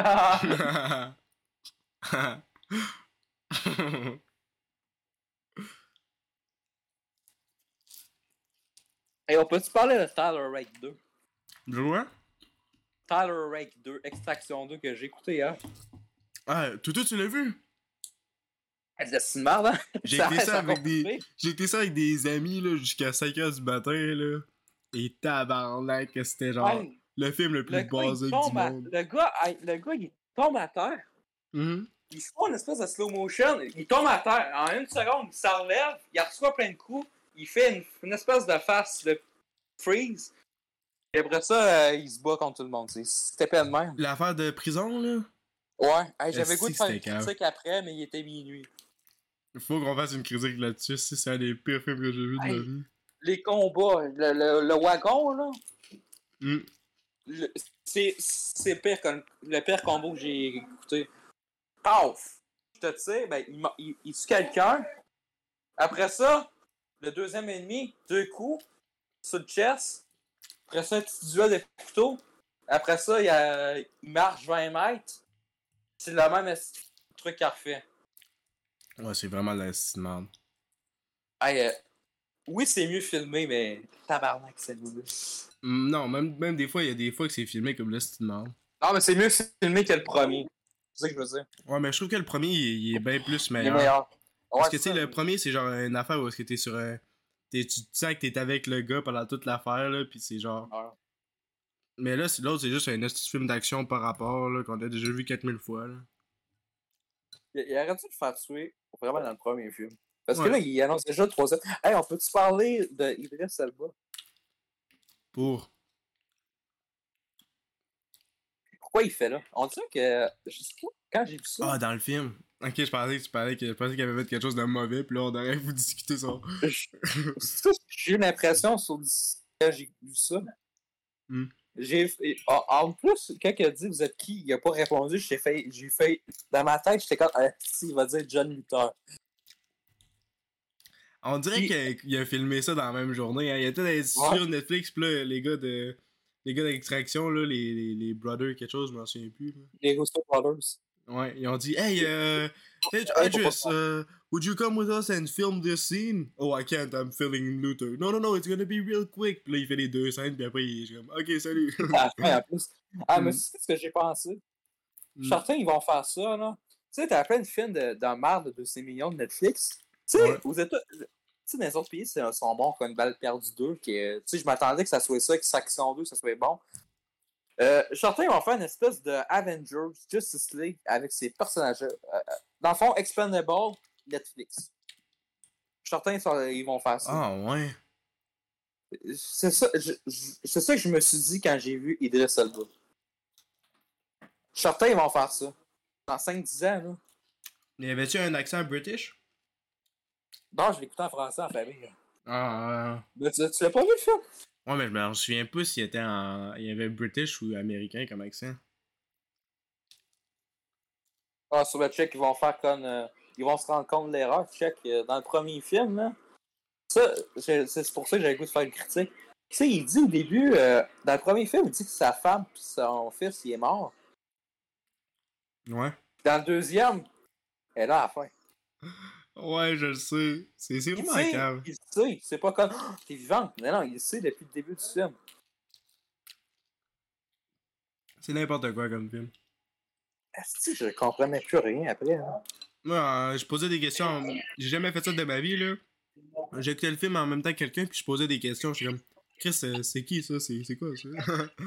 Hey, on peut-tu parler de Tyler Rake deux? De quoi? Tyler Rake deux, Extraction deux que j'ai écouté hier. Ah, tout tu l'as vu? C'est si merde, hein? J'ai Ça été reste ça avec encore des. coupé. J'ai été ça avec des amis là jusqu'à cinq heures du matin là. Et tabarnak que c'était genre Hey, le film le plus le gars, il basique du tombe à... monde. Le gars, hey, le gars, il tombe à terre. Mhm. Il se fait une espèce de slow motion. Il tombe à terre. En une seconde, il s'enlève. Il reçoit plein de coups. Il fait une, une espèce de face de freeze. Et après ça, euh, il se bat contre tout le monde. C'était pas de même. L'affaire de prison là. Ouais. Hey, j'avais Esti goût de que faire une c'était cave. critique après, mais il était minuit. Faut qu'on fasse une critique là-dessus. Si c'est un des pires films que j'ai vu de Hey. ma vie. Les combats, le, le, le wagon, là. Mm. le- C'est c'est pire que le pire combo que j'ai écouté. Paf! Je te sais, ben, il, m'a- il, il tue quelqu'un. Après ça, le deuxième ennemi, deux coups sur le chest. Après ça, un petit duel de couteau. Après ça, il, a- il marche vingt mètres. C'est le même esti- truc qu'il a refait. Ouais, c'est vraiment la de merde. Hey, euh, oui, c'est mieux filmé, mais tabarnak, c'est mauvais. Mm, Non, même, même des fois, il y a des fois que c'est filmé comme là, c'est de merde. Non, mais c'est mieux filmé que le premier. C'est ça que je veux dire. Ouais, mais je trouve que le premier, il, il est bien plus Il est meilleur. meilleur. Parce Ouais, que tu c'est sais, ça. le premier, c'est genre une affaire où est-ce que t'es sur un. T'es, tu te sens que t'es avec le gars pendant toute l'affaire, là, pis c'est genre. Ouais. Mais là, c'est, l'autre, c'est juste un petit film d'action par rapport, là, qu'on a déjà vu quatre mille fois, là. Il, il aurait dû le faire tuer vraiment dans le premier film. Parce que Ouais. là, il annonce déjà le troisième. Hey, on peut-tu parler de Idris Elba? Pour. Pourquoi il fait là? On dirait que. Je sais pas, quand j'ai vu ça, Ah, dans le film. Ok, je pensais que tu parlais que je pensais qu'il avait fait quelque chose de mauvais, pis là, on aurait vous discuter ça. je- j'ai eu l'impression sur quand j'ai vu ça. Hmm. J'ai en, en plus, quand il a dit vous êtes qui, il a pas répondu, j'ai fait. J'ai fait. Dans ma tête, j'étais comme ah, si, il va dire John Luther. On dirait Puis- qu'il qu'il a filmé ça dans la même journée. Hein. Il était Ouais. sur Netflix, pis là, les gars de. Les gars d'extraction, là, les, les, les brothers, quelque chose, je m'en souviens plus. Là. Les Russo Brothers. Ouais, ils ont dit, hey, uh, hey, Ouais, Idris, faut uh, would you come with us and film this scene? Oh, I can't, I'm filming Luther. No, no, no, it's gonna be real quick. Puis là, il fait les deux scènes, puis après, il est comme, ok, salut. À la fin, en plus. Ah, mais Mm. c'est ce que j'ai pensé. Mm. Certains, ils vont faire ça, là. Tu sais, t'as plein de films de, de merde de ces millions de Netflix. Tu sais, Ouais. aux États... Tu sais, dans les autres pays, c'est sont bons comme une balle perdue deux. Qui est... Tu sais, je m'attendais que ça soit ça, que Extraction deux, ça soit bon. Euh, certains vont faire une espèce de Avengers, Justice League, avec ces personnages. Euh, dans le fond, Expendable, Netflix. Certains, ils vont faire ça. Ah, ouais. C'est ça, je, je- c'est ça que je me suis dit quand j'ai vu Idris Elba. Certains, ils vont faire ça. Dans cinq dix ans, là. Y avait-tu un accent british? Non, je l'écoutais en français en famille. Ah, Mais tu, tu l'as pas vu, le film? ouais, mais je me souviens pas s'il était en. Il y avait british ou américain comme accent. Ah, sur le check, ils vont faire comme. euh, ils vont se rendre compte de l'erreur. Check, euh, dans le premier film, là. Ça, c'est c'est pour ça que j'avais le goût de faire une critique. Tu sais, il dit au début, euh, dans le premier film, il dit que sa femme et son fils, il est mort. Ouais. Dans le deuxième, elle est là à la fin. Ouais, je le sais. C'est c'est Il vraiment sait, cave. il sait, c'est pas comme oh, t'es vivante. Mais non, il le sait depuis le début du film. C'est n'importe quoi comme film. Est-ce que je comprenais plus rien après? Hein? Moi, euh, je posais des questions. J'ai jamais fait ça de ma vie, là. J'écoutais le film en même temps que quelqu'un, puis je posais des questions. Je suis comme, Chris, c'est, c'est qui ça? C'est, c'est quoi ça?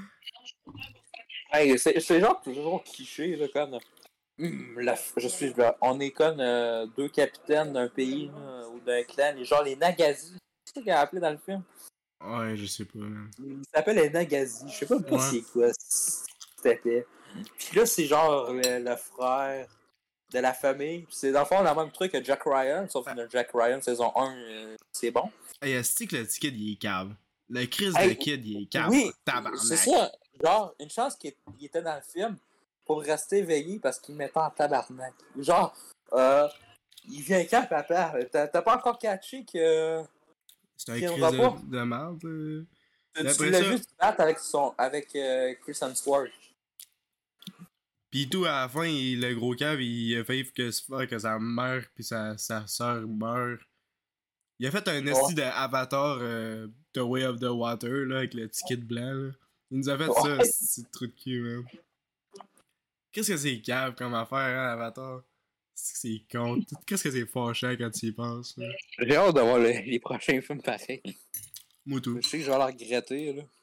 Hey, c'est, c'est genre toujours cliché, là, comme. Hum, la, je suis. On est comme euh, deux capitaines d'un pays, là, ou d'un clan, les, genre les Nagasi. C'est ça qu'il a appelé dans le film. Ouais, je sais pas, man. Il s'appelle les Nagasi. Je sais pas pas Ouais. c'est quoi, c'était. Puis là, c'est genre le, le frère de la famille. Puis c'est dans le fond le même truc que Jack Ryan, sauf que Jack Ryan saison un, euh, c'est bon. Hey, est-ce que le kid il est cave? Le Chris Hey, de kid il est cave. oui, Tabarnak. c'est ça. Genre, une chance qu'il il était dans le film pour rester éveillé parce qu'il mettait en tabarnak. Genre, euh, il vient quand, papa? T'as, t'as pas encore catché que. C'est un qu'il Chris viendra pas? de, de merde. euh. Tu, tu Après l'as ça, vu se battre avec, son, avec euh, Chris Hemsworth. pis tout, à la fin, il, le gros cave, il a failli que, se faire que sa mère pis sa, sa soeur meurent. Il a fait un Ouais. esti d'avatar euh, The Way of the Water, là, avec le ticket blanc, là. Il nous a fait Ouais. ça, c'est trop de cul, man. Qu'est-ce que c'est cave comme affaire, hein, Avatar? C'est que c'est con. Qu'est-ce que c'est fâchant quand tu y penses, là? J'ai hâte de voir le- les prochains films pareils. Moutou. Je sais que je vais la regretter, là.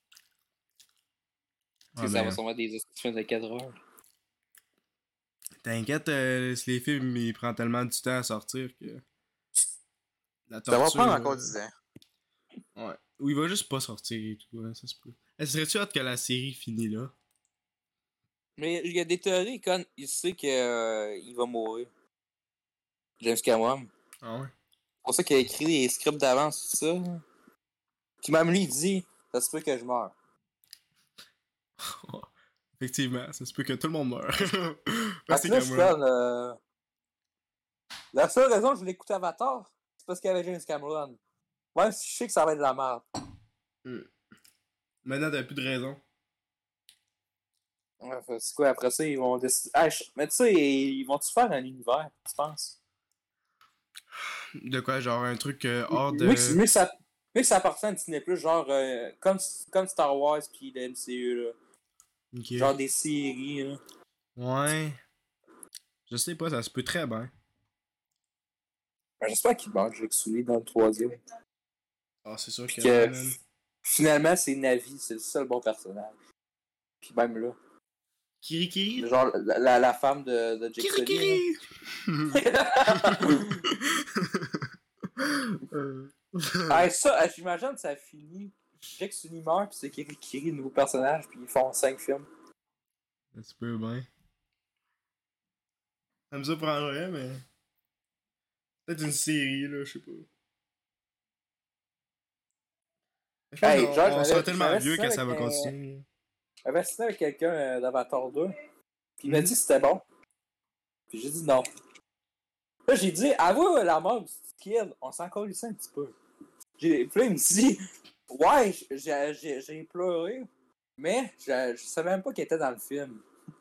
Parce Ah, que ça ben, va sûrement des films de quatre heures. t'inquiète, euh, les films, ils prennent tellement du temps à sortir que. La Ça va torture. prendre encore euh, dix ans. Ouais. Ou il va juste pas sortir et tout, hein, ça se peut. Est-ce serait-tu hâte que la série finisse là? Mais il y a des théories, quand il sait qu'il euh, va mourir. James Cameron. Ah ouais? C'est pour ça qu'il a écrit les scripts d'avance, tout ça. Là. Puis même lui, il dit, ça se peut que je meure. Effectivement, ça se peut que tout le monde meure. Fait Merci que là, je suis Cameron. comme, euh, la seule raison que je voulais écouter Avatar, c'est parce qu'il y avait James Cameron. Même si je sais que ça va être de la merde. Hmm. Maintenant, t'as plus de raison. Ouais, fait, c'est quoi, après ça, ils vont décider. Ah, je- Mais tu sais, ils vont-tu faire un univers, tu penses? De quoi, genre un truc euh, hors de. Mieux que, mieux que ça, mieux que ça appartient à Disney+, genre, euh, comme, comme Star Wars pis le M C U, là. Ok. Genre des séries, là. Ouais. Je sais pas, ça se peut très bien. Ben, j'espère qu'il mange Jake Sully dans le troisième. Ah, c'est sûr Puis que. que man. finalement, c'est Navi, c'est le seul bon personnage. Puis même là. Kirikiri? Genre la, la, la femme de, de Jake Sully. Kirikiri! là. Euh. Ah, ça, ah, j'imagine que ça finit. Jake Sully meurt, puis c'est Kirikiri, le nouveau personnage, puis ils font cinq films. Ça se peut bien. Ça me surprendrait, mais. Peut-être une série, là, je sais pas. Je pense Hey, qu'on genre, on j'avais- sera tellement j'avais vieux ça que ça avec va un- continuer. J'avais assisté avec quelqu'un euh, d'Avatar deux, puis il m'a Mhm. dit que c'était bon. Puis j'ai dit non. Là, j'ai dit, avoue la mort du petit kid, on s'en colissait un petit peu. J'ai... Puis là, il me dit, ouais, j'ai, j'ai, j'ai pleuré, mais je, je savais même pas qu'il était dans le film.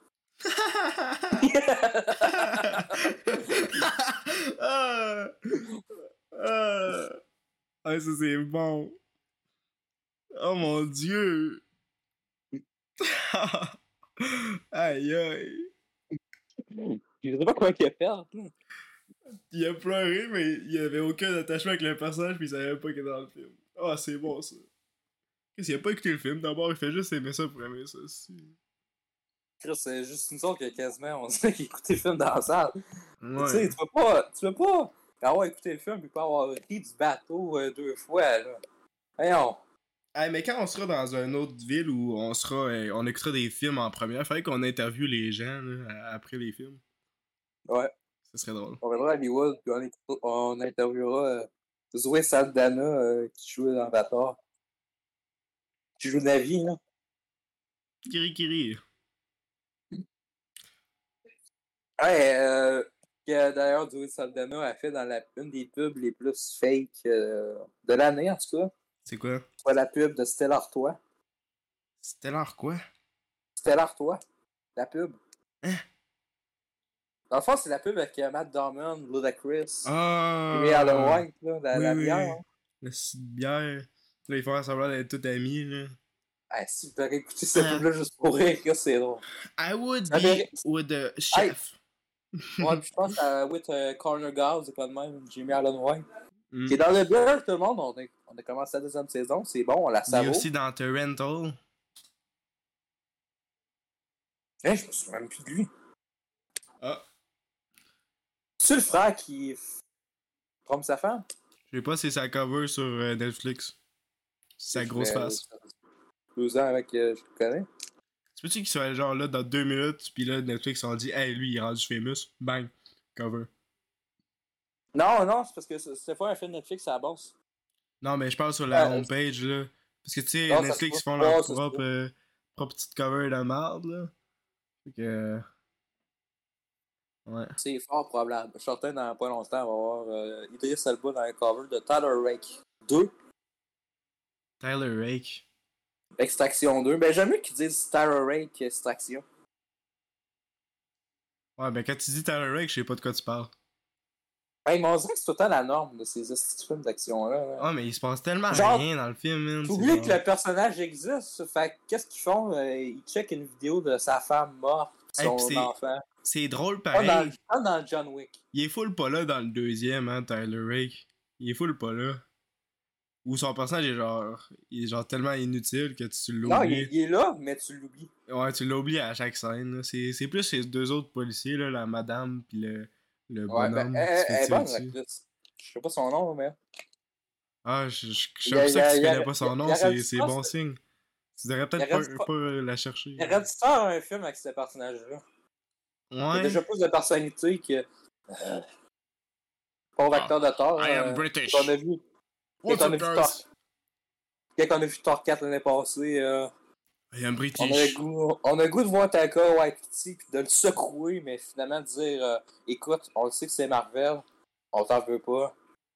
ah, ah, ah, ça c'est bon. Oh mon dieu. Aïe aïe. Je sais pas comment il a fait. Là. Il a pleuré, mais il avait aucun attachement avec le personnage, puis il savait même pas qu'il était dans le film. Ah, c'est bon ça. Qu'est-ce qu'il a pas écouté le film? D'abord, il fait juste aimer ça pour aimer ça aussi. Chris, c'est juste une sorte que quasiment on dirait qu'il écoutait le film dans la salle. Ouais. Tu sais, tu peux pas, tu peux pas avoir écouté le film et pas avoir ri du bateau euh, deux fois. Là. Voyons. Hey, mais quand on sera dans une autre ville où on sera, euh, on écoutera des films en première, fallait qu'on interviewe les gens là, après les films. Ouais. Ça serait drôle. On viendra à Hollywood puis on, écoute- on interviewera euh, Zoé Saldana euh, qui jouait dans Avatar. Qui joue Navi, là. Kiri Kiri. Ouais, euh, que d'ailleurs Zoé Saldana a fait dans la, une des pubs les plus fake euh, de l'année, en tout cas. C'est quoi? C'est la pub de Stella Artois. C'était l'heure quoi? Stella Artois, la pub. Hein? Dans le fond, c'est la pub avec euh, Matt Damon, Ludacris, Ah! et Alan White, là, la, oui, la oui. bière. Hein. La petite bière. Là, ils font semblant d'être tous amis, là. Ah, si vous pourrez écouter cette pub-là juste pour rire, que c'est drôle. I would Ça be fait- with the chef. Ouais, puis je pense à With euh, Corner Guards, c'est pas de même, Jimmy Allen White. Mm. Qui est dans le beurre, tout le monde. On a, on a commencé la deuxième saison. C'est bon, on la Il est savoure. aussi dans Torrento. Hein, je me souviens même plus de lui. Ah. C'est le frère qui trompe sa femme? Je sais pas si c'est sa cover sur euh, Netflix. C'est sa grosse face. Deux ans avec euh, je le connais. Tu peux-tu qu'il soit genre là dans deux minutes, puis là Netflix ont dit hey lui il est rendu famous, bang, cover. Non, non, c'est parce que c'était pas un film Netflix à la base. Non mais je parle sur la Ouais, homepage là. Parce que tu sais, non, Netflix se font peut. leur Ouais, ça se propre, peut. euh, propre petite cover de merde là. Fait que. Ouais. C'est fort probable. Je suis certain dans pas longtemps, on va voir euh, Idris Elba dans un cover de Tyler Rake deux. Tyler Rake. Extraction deux. Ben j'aime mieux qu'ils disent Tyler Rake Extraction. Ouais, ben quand tu dis Tyler Rake, je sais pas de quoi tu parles. Hey, mais on dirait que c'est tout le temps la norme de ces petits films d'action-là. Là. Ah, mais il se passe tellement Genre, rien dans le film, man. T'oublies genre... que le personnage existe. Fait que qu'est-ce qu'ils font? Euh, ils checkent une vidéo de sa femme morte, hey, son c'est... enfant. C'est drôle Pas pareil. dans, pas dans John Wick. Il est full pas là dans le deuxième, hein, Tyler Rake. Il est full pas là. Ou son personnage est genre. Il est genre tellement inutile que tu l'oublies. Non, il est, il est là, mais tu l'oublies. Ouais, tu l'oublies à chaque scène. Là. C'est, c'est plus ces deux autres policiers, là, la madame pis le, le Ouais, bonhomme ben, qui elle, se fait elle est tirer bonne, dessus. l'actrice. Je sais pas son nom, mais. Ah, je, je, je Il suis y a- pour il y ça a- que tu il y a- connais pas son il y a- nom, il y a c'est, du c'est poste. bon signe. Tu devrais peut-être Il aurait pas, dû pas la chercher. Il aurait dû faire un film avec ce personnage-là. Il y a Ouais. déjà plus de personnalité que. Euh, pauvre Ah, acteur de Thor. I am euh, British. Qu'on a vu. What's Quand on a up, vu guys? Thor. Quand on a vu Thor quatre l'année passée, euh, I am on, a British. le goût, on a le goût de voir Taika Waititi pis de le secouer, mais finalement de dire euh, écoute, on le sait que c'est Marvel, on t'en veut pas.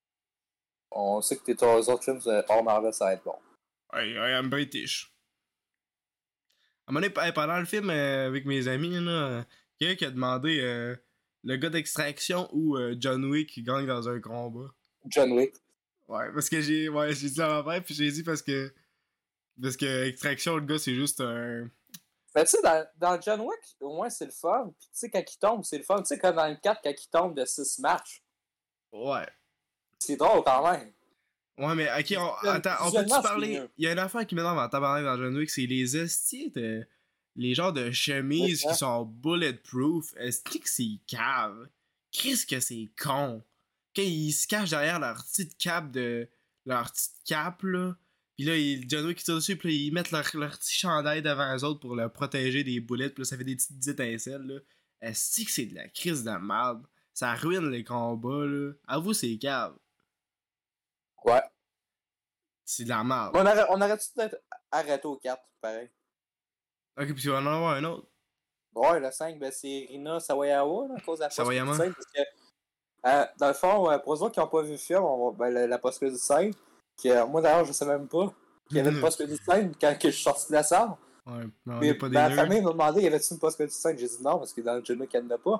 On sait que tes trois autres films euh, hors Marvel, ça va être bon. I, I am British. À un moment donné, pendant le film euh, avec mes amis, là, euh, quelqu'un qui a demandé euh, le gars d'extraction ou euh, John Wick qui gagne dans un combat. John Wick. Ouais, parce que j'ai ouais, j'ai dit à ma mère, puis j'ai dit parce que parce que extraction, le gars, c'est juste un. Mais tu sais, dans, dans John Wick, au moins c'est le fun. Puis tu sais, quand il tombe, c'est le fun. Tu sais, comme dans le quatre, quand il tombe de six matchs, Ouais. c'est drôle quand même. Ouais, mais ok, on, attends, on Visuellement, peut-tu c'est parler. mieux. Il y a une affaire qui m'énerve en tabarnak dans John Wick, c'est les estis de. Les genres de chemises Ouais, qui sont bulletproof. Esti que c'est cave. Qu'est-ce que c'est con. Quand ils se cachent derrière leur petite cape de. Leur petite cape, là. Pis là, il, John Wick qui tire dessus, pis là, ils mettent leur, leur petit chandail devant eux autres pour le protéger des boulettes, pis là, ça fait des petites étincelles, là. Esti que c'est de la crise de merde. Ça ruine les combats, là. Avoue, c'est cave. Ouais. C'est de la merde. On aurait, on aurait-tu peut-être arrêté au quatre, pareil. Ok, puis tu vas en avoir un autre. Ouais, le cinq, ben c'est Rina Sawayama, là, à cause de la Sawayama. post-crédit scène, parce que, euh, dans le fond, euh, pour les autres qui n'ont pas vu le film, on va, ben, la, la post-crédit scène, que euh, moi d'ailleurs, je sais même pas qu'il y avait une post-crédit scène quand que je suis sorti de la salle. Ouais, mais on Mais est pas des ma nerds. famille m'a demandé, y avait-tu une post-crédit scène? J'ai dit non, parce que dans le John Wick, il n'y en a pas.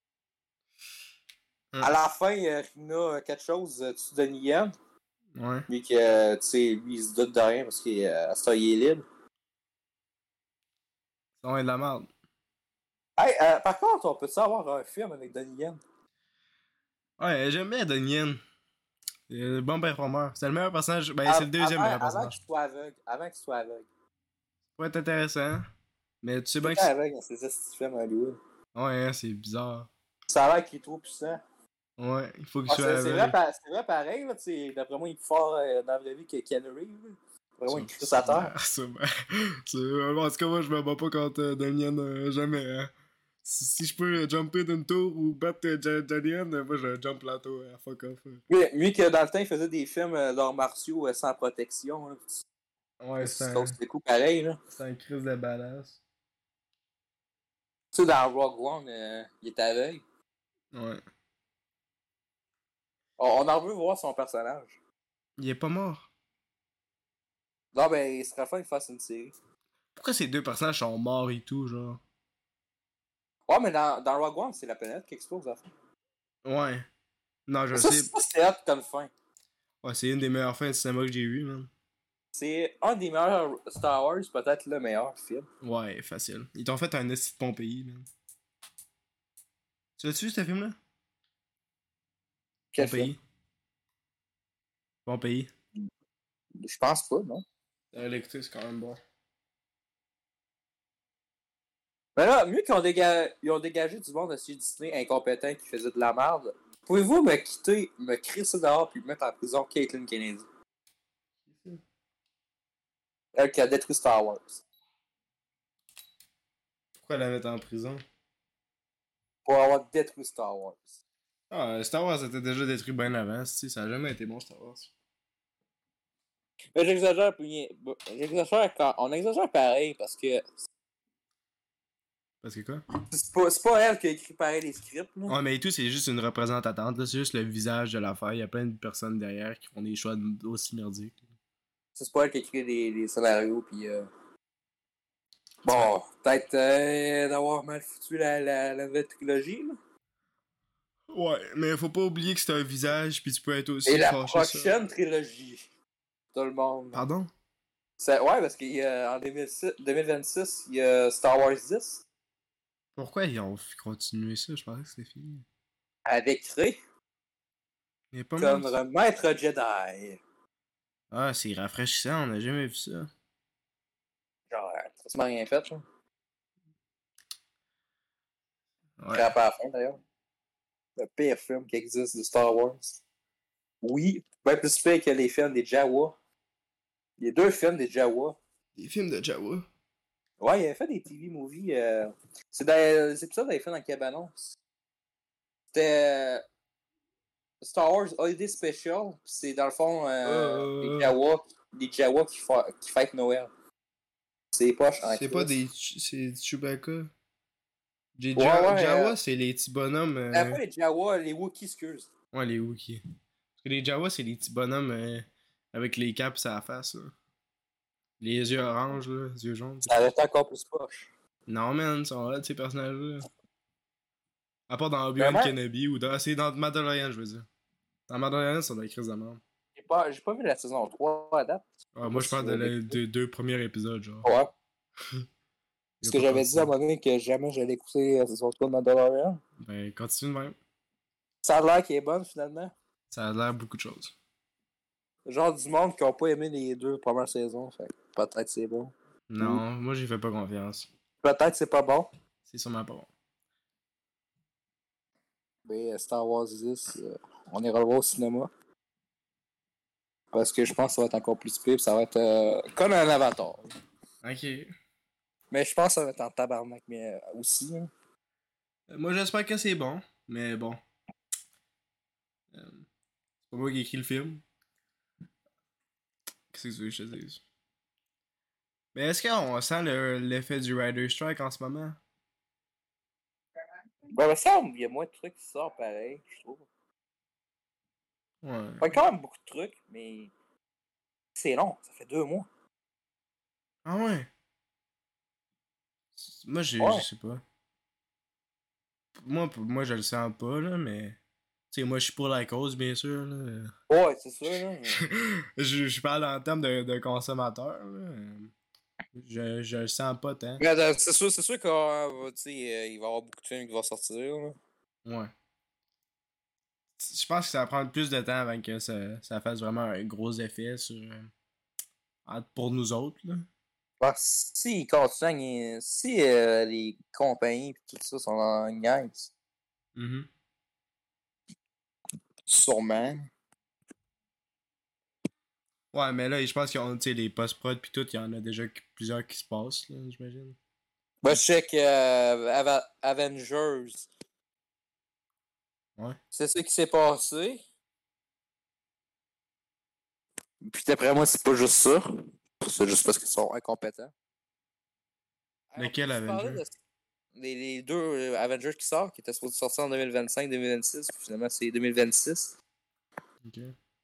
Hum. À la fin, euh, Rina euh, quelque chose, euh, tu donnes Yen, Ouais. lui que, euh, tu sais, lui, il se doute de rien, parce qu'à euh, ce temps, il est libre. Ça va être de la merde. Hey, euh, par contre, on peut-tu avoir un film avec Donnie Yen? Ouais, j'aime bien Donnie Yen. C'est un bon performeur. C'est le meilleur personnage. Ben, Av- c'est le deuxième avant, meilleur avant personnage. qu'il soit aveugle. Avant qu'il soit aveugle. Ça pourrait être intéressant. Mais tu sais bien Il que. était c'est- aveugle dans ces petits films à Hollywood. Ouais, hein, c'est bizarre. Ça a l'air qu'il est trop puissant. Ouais, il faut qu'il Ah, soit c'est, c'est, vrai, aveugle. pa- c'est vrai pareil, là, t'sais, d'après moi, il est plus fort euh, dans la vraie vie que Keanu Reeves. là. Vraiment, il crie sa terre. Sûrement. Sûrement. En tout cas, moi, je me bats pas contre euh, Donnie Yen, euh, jamais. Hein. Si, si je peux euh, jumper d'une tour ou battre euh, Ja- Donnie Yen, euh, moi, je jump la tour. euh, fuck off. euh. Lui, lui que dans le temps, il faisait des films euh, d'arts martiaux euh, sans protection. Là, pis Ouais, il c'est se un, casse des coups pareil. Là. c'est un crise de badass. Tu sais, dans Rogue One, euh, il est aveugle. Ouais. On, on en veut voir son personnage. Il est pas mort. Non, ben, il serait fun qu'il fasse une série. Pourquoi ces deux personnages sont morts et tout, genre? Ouais, mais dans, dans Rogue One, c'est la planète qui explose à la fin. Ouais. Non, je Ça, sais. ça, c'était hot comme fin. Ouais, c'est une des meilleures fins de cinéma que j'ai vues, man. C'est un des meilleurs Star Wars, peut-être le meilleur film. Ouais, facile. Ils t'ont fait un esti de Pompéi, man. Tu l'as-tu vu, ce film-là? Quel Pompéi. film? Bon pays. Je pense pas, non? Euh, L'écouter, c'est quand même bon. Mais là, mieux qu'ils ont, déga... Ils ont dégagé du monde de chez Disney incompétent qui faisait de la merde, pouvez-vous me quitter, me crisser dehors puis me mettre en prison Caitlyn Kennedy? Elle qui a détruit Star Wars. Pourquoi la mettre en prison? Pour avoir détruit Star Wars. Ah, Star Wars était déjà détruit bien avant, si, ça a jamais été bon Star Wars. Mais j'exagère, puis j'exagère quand. On exagère pareil parce que Parce que quoi? c'est pas, c'est pas elle qui a écrit pareil les scripts. Là. Ouais, mais et tout, c'est juste une représentante, là, c'est juste le visage de l'affaire. Il y a plein de personnes derrière qui font des choix aussi merdiques. C'est pas elle qui a écrit les, les scénarios, puis. Euh... Bon, peut-être euh, d'avoir mal foutu la, la, la nouvelle trilogie, là. Ouais, mais faut pas oublier que c'est un visage, puis tu peux être aussi Et la fâché prochaine ça. trilogie. Tout le monde. Pardon? C'est, ouais, parce qu'en deux mille vingt-six, il y a Star Wars dix. Pourquoi ils ont continué ça? Je pensais que c'était fini. Avec Rey Il y a pas comme mal. maître Jedi. Ah, c'est rafraîchissant, on a jamais vu ça. Genre, pratiquement rien fait, genre. Ouais. Après à la fin, d'ailleurs. Le pire film qui existe de Star Wars. Oui, bien plus pire que les films des Jawa. Les deux films des Jawa. Des films de Jawa. Ouais, il avait fait des T V movies. Euh... C'est dans les épisodes qu'il avait fait dans Cabanon. C'était euh, Star Wars Holiday Special. C'est dans le fond euh, des Euh... Jawa, des Jawa qui, fa... qui fêtent Noël. C'est poche en C'est pas crise. des... C'est Chewbacca. Des Ouais, ja ouais. Jawa, Euh... c'est les petits bonhommes... Euh, Euh... pas les Jawa, les Wookiees, excuse. Ouais, les Wookiees. Parce que les Jawa, c'est les petits bonhommes euh, avec les capes sur la face, là. Les yeux oranges, là, les yeux jaunes. Ça va être encore plus poche. Non, man, ils sont hot, ces personnages-là. À part dans Obi-Wan Vraiment? Kenobi ou dans... C'est dans Mandalorian, je veux dire. Dans Mandalorian, c'est dans les crises de merde. J'ai pas, j'ai pas vu la saison trois à date. Ah, moi, Pas je si parle je de vais la- l'écouter. des deux premiers épisodes, genre. Ouais. Y Parce a que pas j'avais tant dit à un ça. moment donné que jamais j'allais écouter la saison trois de Mandalorian. Ben, continue de même. Ça a l'air qu'elle est bonne finalement. Ça a l'air beaucoup de choses. Genre du monde qui ont pas aimé les deux premières saisons. Fait que peut-être c'est bon. Ou Non, moi, j'y fais pas confiance. peut-être c'est pas bon. C'est sûrement pas bon. Mais Star Wars dix, euh, on ira le voir au cinéma. Parce que je pense que ça va être encore plus pire. Ça va être euh, comme un Avatar. Ok. Mais je pense que ça va être en tabarnak mais euh, aussi. Hein. Euh, Moi, j'espère que c'est bon, mais bon. Euh, c'est pas moi qui ai écrit le film. Qu'est-ce que tu veux que je te dise? Mais est-ce qu'on sent le- l'effet du Rider Strike en ce moment? Ben, il me semble qu'il y a moins de trucs qui sortent pareil, je trouve. Ouais. Il y a quand même beaucoup de trucs, mais c'est long. Ça fait deux mois. Ah ouais? Moi, je, je Ouais. sais pas. Moi, pour- moi, je le sens pas, là, mais... Tu sais, moi, je suis pour la cause, bien sûr, là. Ouais, c'est sûr, là. Mais... je, je parle en termes de, de consommateur, là. Je, je le sens pas tant. Mais, euh, c'est sûr, c'est sûr qu'il va euh, y avoir beaucoup de films qui vont sortir. Là. Ouais. Je pense que ça va prendre plus de temps avant que ça, ça fasse vraiment un gros effet sur... euh, en- pour nous autres, là. Parce que s'ils continuent, à- si euh, les compagnies et tout ça sont en gang, Mhm. sûrement. Ouais, mais là, je pense qu'ils ont, tu sais, les post-prod pis tout, il y en a déjà qui- plusieurs qui se passent, là, j'imagine. Moi, je sais que euh, Ava- Avengers, Ouais. c'est ce qui s'est passé. Puis d'après moi, c'est pas juste ça. C'est juste parce qu'ils sont incompétents. Alors, Lequel peux-tu parler Avenger? de les, les deux euh, Avengers qui sortent, qui étaient supposés sortir en deux mille vingt-cinq deux mille vingt-six, puis finalement c'est deux mille vingt-six. Ok.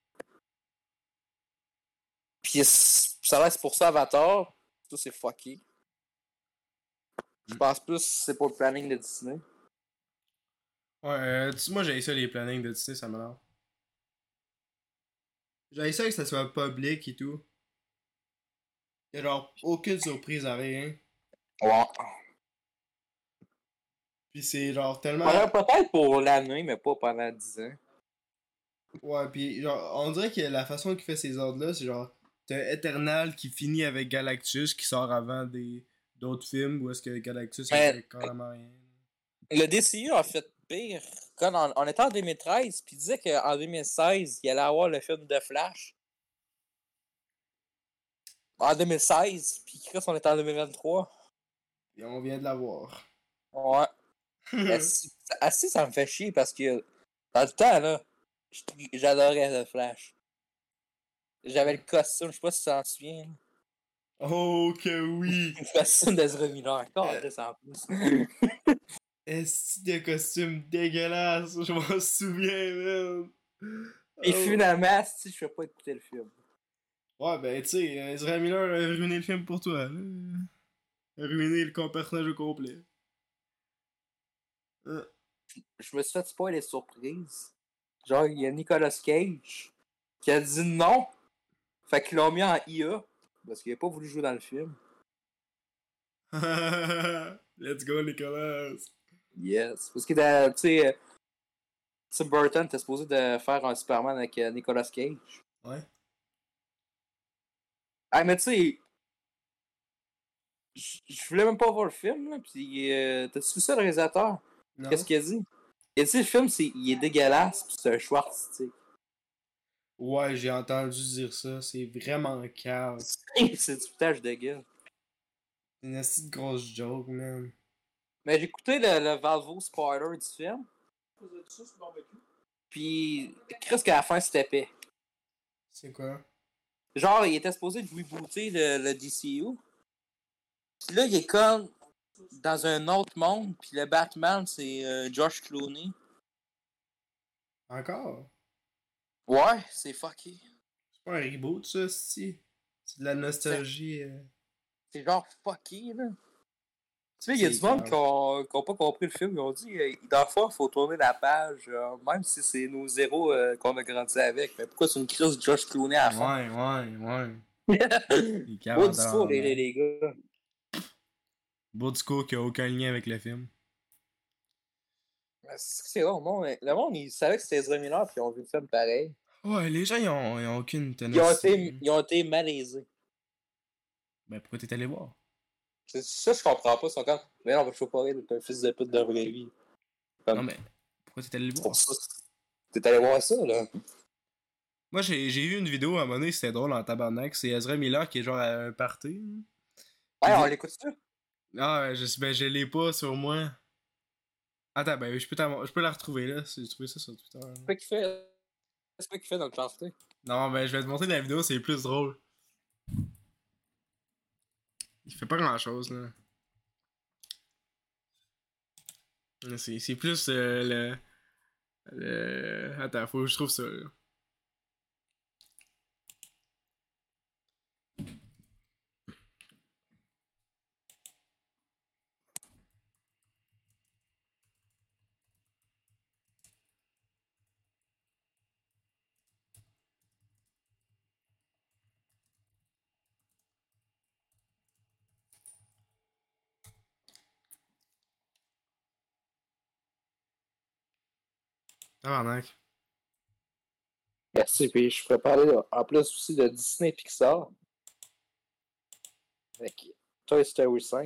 Puis c- ça reste pour ça Avatar. Tout c'est fucké. Je Mm. pense plus que c'est pour le planning de Disney. Ouais, euh, tu- moi, j'ai ça, les plannings de Disney, ça m'énerve. J'ai ça que ça soit public et tout. Y'a genre aucune surprise à rien. Ouais. Puis c'est genre tellement. Ouais, peut-être pour l'année, mais pas pendant dix ans. Ouais, pis genre, on dirait que la façon qu'il fait ces ordres-là, c'est genre, t'as Eternal qui finit avec Galactus qui sort avant des d'autres films où est-ce que Galactus il Mais fait carrément rien. le D C U a fait pire. Quand on, on était en deux mille treize, puis il disait qu'en deux mille seize, il allait avoir le film de Flash. En deux mille seize, puis Chris, on était en deux mille vingt-trois. Et on vient de l'avoir. Ouais. Assis, assis, ça me fait chier parce que dans le temps, là, j'adorais le Flash. J'avais le costume, je sais pas si tu t'en souviens. Oh que oui! Le costume d'Ezra Miller, encore Euh, en plus. Est-ce de costume dégueulasse? Je m'en souviens, man! Et Oh. finalement, si je fais pas écouter le film. Ouais, ben, tu sais, Ezra Miller a ruiné le film pour toi, là. A ruiné le personnage au complet. Euh. Je me suis fait spoiler les surprises. Genre, il y a Nicolas Cage qui a dit non. Fait qu'ils l'ont mis en I A parce qu'il a pas voulu jouer dans le film. Let's go, Nicolas! Yes. Parce que, euh, tu sais, Tim Burton était supposé de faire un Superman avec euh, Nicolas Cage. Ouais. Ah, mais tu sais, je je voulais même pas voir le film, là. Puis, euh, t'as-tu vu ça, le réalisateur? Qu'est-ce Non? qu'il a dit? Il a dit le film, c'est, il est dégueulasse, pis c'est un choix artistique. Ouais, j'ai entendu dire ça. C'est vraiment cave. C'est du foutage de gueule. C'est une assez grosse joke, man. Mais j'ai écouté le, le Valvo spoiler du film. Puis, presque à la fin, c'était épais. C'est quoi? Genre, il était supposé de rebooter le, le D C U. Puis là, il est comme dans un autre monde. Puis le Batman, c'est euh, Josh Clooney. Encore? Ouais, c'est fucké. C'est pas un reboot, ça, si. C'est de la C'est nostalgie. euh. c'est genre fucké, là. Tu sais, il y a C'est du monde qui cave. ont, qui ont pas compris le film. Ils ont dit, euh, dans le fond, il faut tourner la page, euh, même si c'est nos zéros euh, qu'on a grandi avec. Mais pourquoi c'est une crise de Josh Clooney à la fin? Ouais, ouais, ouais. Il est cave Beau en discours, les, les, tabarnak. les gars. Beau discours qui a aucun lien avec le film. Mais C'est c'est rare, non? Mais le monde, ils savaient que c'était Ezra Miller, puis ils ont vu le film pareil. Ouais, les gens, ils ont, ils ont aucune Ils ont ténacité. été, Hein. ils ont été malaisés. Ben, pourquoi t'es allé voir? C'est ça, je comprends pas. Ils sont comme, mais non, je faut pas rire d'être un fils de pute de la vraie vie. Non, Comme, mais pourquoi t'es allé le c'est pour voir? ça. T'es allé voir ça, là? Moi, j'ai j'ai vu une vidéo à un moment donné, c'était drôle en tabarnak. C'est Ezra Miller qui est genre à un party. Hein. Puis Ouais, il on dit- l'écoute ça? Ah, je, ben, je l'ai pas sur moi. Attends, ben, je peux, t'en- je peux la retrouver là, si j'ai trouvé ça sur Twitter. Là. C'est quoi qu'il fait? C'est quoi qu'il fait dans le party? Non, ben, je vais te montrer la vidéo, c'est plus drôle. Il fait pas grand chose, là. C'est c'est plus euh, le, le. Attends, faut que je trouve ça, là. Tabarnak. Merci, puis je pourrais parler en plus aussi de Disney Pixar avec Toy Story cinq.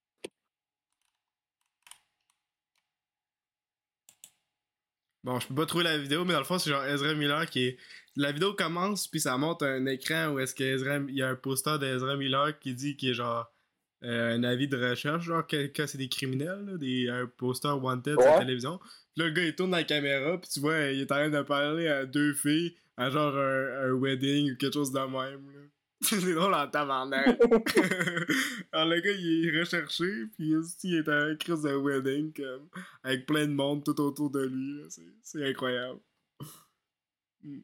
Bon, je peux pas trouver la vidéo, mais dans le fond, c'est genre Ezra Miller qui est. La vidéo commence, puis ça montre un écran où est-ce que Ezra... il y a un poster d'Ezra Miller qui dit qu'il est genre euh, un avis de recherche, genre que, que c'est des criminels, là, des, un poster wanted sur la Ouais. télévision. Puis là, le gars il tourne dans la caméra, puis tu vois, il est en train de parler à deux filles, à genre un, un wedding ou quelque chose de même, là. C'est drôle en tabarnak. Alors le gars il est recherché, puis aussi il est à un crise de wedding, comme, avec plein de monde tout autour de lui, là. C'est, c'est incroyable. Mm.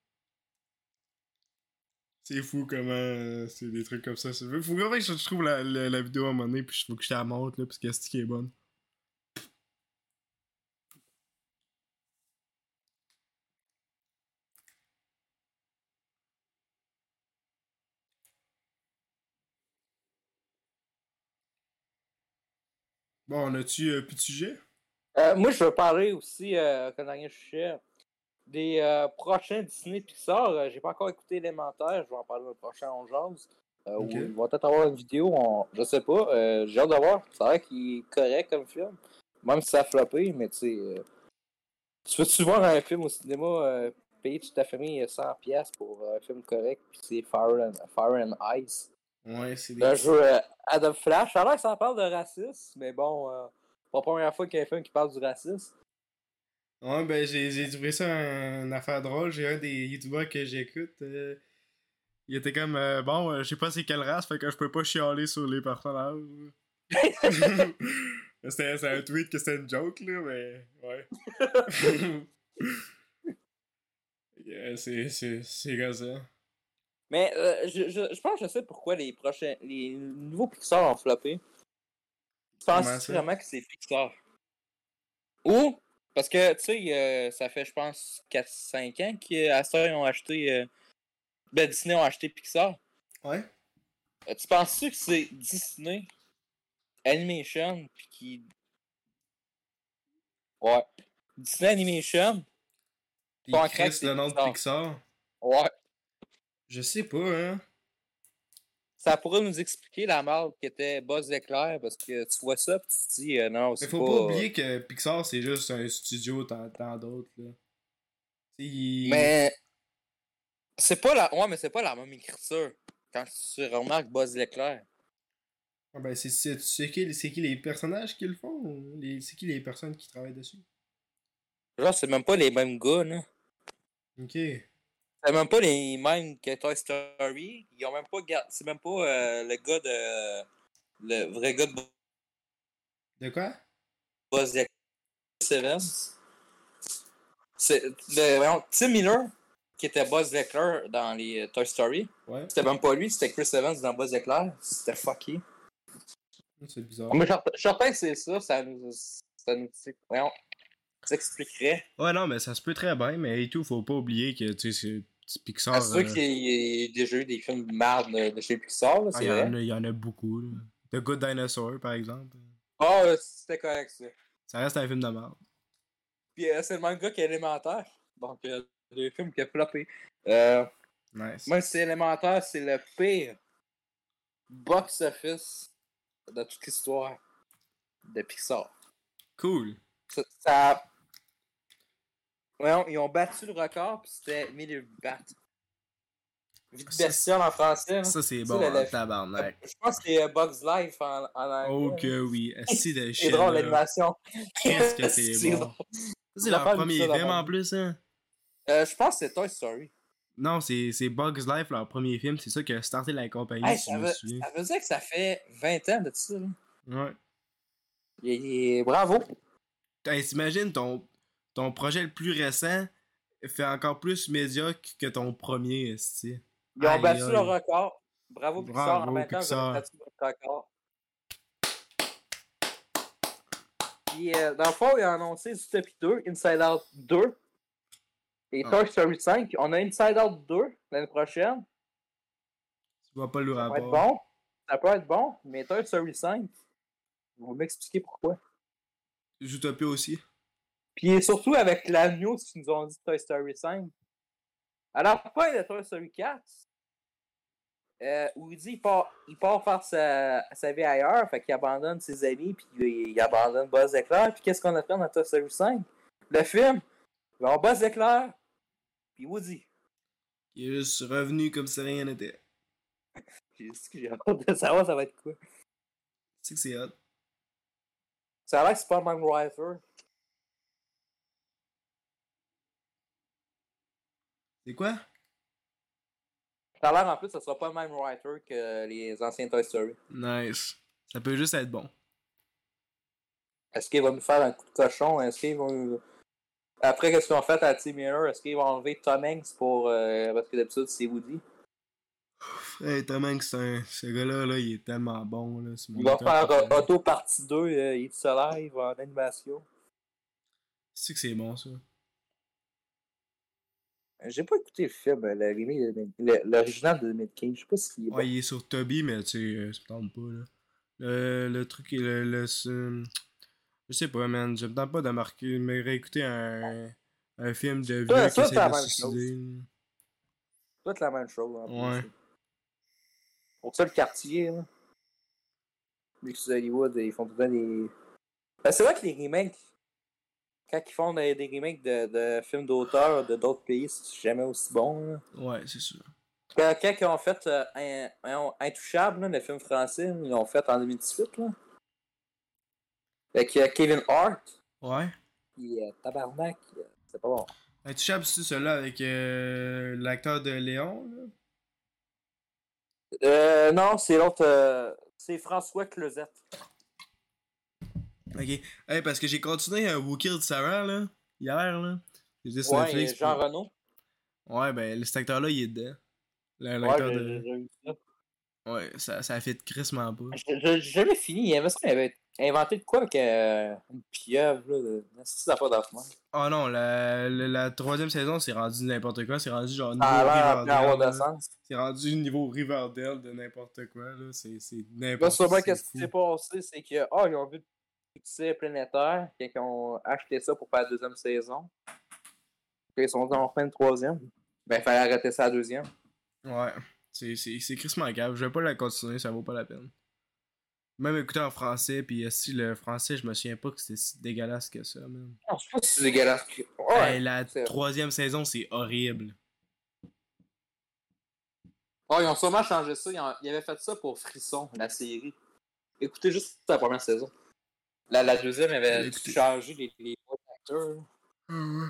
C'est fou comment euh, c'est des trucs comme ça. C'est... Faut vraiment que je trouve la, la, la vidéo à un moment donné, puis faut que je te la montre, là, parce que c'est qui est bonne. Bon, on a-tu euh, plus de sujet? Euh, moi, je veux parler aussi, euh, quand on sujet. des euh, prochains Disney Pixar, euh, j'ai pas encore écouté Élémentaire, je vais en parler dans le prochain On Jase. Euh, Ok. Ou il va peut-être avoir une vidéo, on... je sais pas, euh, j'ai hâte de voir. C'est vrai qu'il est correct comme film, même si ça a floppé, mais tu sais, euh, tu veux-tu voir un film au cinéma, euh, payer toute ta famille cent pièces pour un film correct, puis c'est Fire and, Fire and Ice. Ouais, c'est C'est des un petits. jeu euh, Adam Flash, ça a l'air que ça parle de racisme, mais bon, euh, c'est pas la première fois qu'il y a un film qui parle du racisme. Ouais, ben j'ai j'ai trouvé ça un- une affaire drôle. J'ai un des youtubeurs que j'écoute. euh, il était comme euh, bon, euh, je sais pas c'est quelle race, fait que je peux pas chialer sur les personnages. c'était c'est un tweet que c'était une joke là, mais ouais. Yeah, c'est c'est c'est comme ça. Mais euh, je, je, je pense que je sais pourquoi les prochains les nouveaux Pixar ont floppé. Je Comment pense ça? vraiment que c'est Pixar. Ou, parce que, tu sais, euh, ça fait, je pense, quatre cinq ans qu'à ça, ils ont acheté. Euh, ben, Disney ont acheté Pixar. Ouais. Euh, tu penses-tu que c'est Disney Animation, puis qui. Ouais. Disney Animation, Pis pas en crack, Chris c'est le nom de Pixar. Pixar. Ouais. Je sais pas, hein. Ça pourrait nous expliquer la marque qui était Buzz l'éclair, parce que tu vois ça, puis tu te dis, euh, non, Mais c'est faut pas pas. oublier que Pixar c'est juste un studio tant, tant d'autres là. T'sais, il... Mais. C'est pas la. Ouais, mais c'est pas la même écriture. Quand tu remarques Buzz l'éclair. Ah ben c'est c'est c'est qui, c'est qui les personnages qui le font? Ou les, c'est qui les personnes qui travaillent dessus? Genre, c'est même pas les mêmes gars, là. Ok. C'est même pas les mêmes que Toy Story. Ils ont même pas gardé. C'est même pas euh, le gars de. Le vrai gars de De quoi? Buzz l'éclair. Evans. C'est. Le, voyons, Tim Miller, qui était Buzz l'éclair dans les euh, Toy Story. Ouais. C'était même pas lui, c'était Chris Evans dans Buzz l'éclair. C'était fucky. C'est bizarre. Mais je suis certain que c'est ça, ça nous. Ça nous. Voyons, ça expliquerait. Ouais, non, mais ça se peut très bien, mais et tout, faut pas oublier que, tu sais, c'est c'est Ah, Pixar. c'est sûr euh, qu'il y a déjà eu des films de merde de, de chez Pixar, là, Ah, c'est il y en vrai. a, il y en a beaucoup, là. The Good Dinosaur, par exemple. Ah, euh, c'était correct, ça. Ça reste un film de merde. Puis euh, c'est le même gars qui est élémentaire. Donc, euh, le film qui a floppé. Euh, Nice. Même si c'est élémentaire, c'est le pire box-office de toute l'histoire de Pixar. Cool. Ça, ça... Voyons, ils ont battu le record, puis c'était mille battre. Vie de Ça, bestiole en français. Là. ça c'est Tu sais, bon le- en le- tabarnak. Je pense que c'est euh, Bugs Life en, en Oh anglais. que oui. Asti de C'est shit, drôle, là. l'animation. Qu'est-ce que c'est C'est bon. drôle. Ça, c'est leur L'affaire premier bizarre film dans ma en vie. plus, hein. Euh, je pense que c'est Toy Story. Non, c'est c'est Bugs Life, leur premier film. C'est ça qui a starté la compagnie, Hey, si ça, je me veut, souviens. ça veut dire que ça fait vingt ans de ça. Là. Ouais. Et, et bravo. Hey, t'imagines ton, ton projet le plus récent fait encore plus médiocre que ton premier, esti. Ils ont Aïe battu le aïe. record. Bravo Pixar. En Bravo, même temps, vous avez Pixar. battu votre record. Puis, euh, dans le fond, ils ont annoncé Zootopia deux, Inside Out deux et Ah. Toy Story cinq. On a Inside Out deux l'année prochaine. Tu vois pas le Ça peut être rapport. bon. Ça peut être bon, mais Toy Story cinq, je vais m'expliquer pourquoi. Zootopia aussi. Puis surtout avec la news qu'ils nous ont dit de Toy Story cinq. Alors, pourquoi il y a Toy Story quatre? Euh, où il dit qu'il part, il part faire sa, sa vie ailleurs, fait qu'il abandonne ses amis, puis il, il abandonne Buzz l'éclair. Puis qu'est-ce qu'on a fait dans Toy Story cinq? Le film, il va y avoir Buzz l'éclair, puis Woody. Il est juste revenu comme si rien n'était. J'ai dit que j'ai hâte de savoir ça va être quoi. Tu sais que c'est hot. Ça a l'air que c'est pas le même writer. C'est quoi? Ça a l'air en plus que ce sera pas le même writer que les anciens Toy Story. Nice. Ça peut juste être bon. Est-ce qu'il va nous faire un coup de cochon? Est-ce qu'ils vont. Après, qu'est-ce qu'ils ont fait à Team Miller? Est-ce qu'ils vont enlever Tom Hanks pour. Euh, parce que d'habitude, c'est Woody. Hey, Tom Hanks, c'est un- ce gars-là, là, il est tellement bon. Là. C'est mon Il va acteur faire préféré. euh, Auto partie deux, euh, il est solaire, il va en animation. Tu sais que c'est bon, ça. J'ai pas écouté le film, euh, le remake de- le- l'original de deux mille quinze. Je sais pas s'il est bon. Ouais, il est sur Toby, mais tu sais, euh, ça me tente pas, là. Le, le truc, est le, le, ce- je sais pas, man. Je me tente pas de marquer, me réécouter un, Un film de vieux Ça, qui ça, essaie c'est la de se même chose. suicider. Toute la même chose. En Ouais. plus. Pour ça, le quartier, là. Vu que c'est Hollywood, ils font tout le temps des. Ben, c'est vrai que les remakes, quand ils font des, des remakes de, de films d'auteurs de d'autres pays, c'est jamais aussi bon. Là. Ouais, c'est sûr. Quand, quand ils ont fait euh, un, un, Intouchable, là, le film français, ils l'ont fait en deux mille dix-huit. Là. Avec euh, Kevin Hart. Ouais. Puis euh, Tabarnak, euh, c'est pas bon. Intouchable, c'est celui-là avec euh, l'acteur de Léon, là? Euh, non, c'est l'autre. Euh, c'est François Closet. Ok. Hey, parce que j'ai continué un Who Killed Sarah, là, hier, là. J'étais sur Ouais, et Netflix. Jean Puis... Reno. Ouais, ben, cet acteur-là, il est dedans. Le- Ouais, L'acteur j'ai de. j'ai- j'ai vu ça. Ouais, ça, ça a fait crissement pas. J'ai j'ai jamais fini. Il y avait ça, il avait inventé de quoi avec euh, une pieuvre, là. De... C'est ça, pas d'affaire. Oh non, la, la, la troisième saison, c'est rendu n'importe quoi. C'est rendu genre Ça a niveau l'air plus avoir Riverdale, de là. sens. C'est rendu niveau Riverdale de n'importe quoi, là. C'est c'est Là, n'importe sûrement, c'est qu'est-ce qui fou. s'est passé, c'est que, ah, ils ont vu le succès planétaire, quand ils ont acheté ça pour faire la deuxième saison. Puis ils sont dit, on refait une troisième. Ben, il fallait arrêter ça à la deuxième. Ouais. C'est c'est- c'est crissement grave. Je vais pas la continuer, ça vaut pas la peine. Même écouter en français, pis si le français, je me souviens pas que c'était si dégueulasse que ça, man. Non, je sais pas si c'est dégueulasse. Hey, Ouais, la c'est. troisième saison, c'est horrible. Oh, ils ont sûrement changé ça. Ils, ont... ils avaient fait ça pour Frisson, la série. Écoutez juste la première saison. La, la deuxième avait Écoutez. changé les, les voix d'acteurs. Ouais.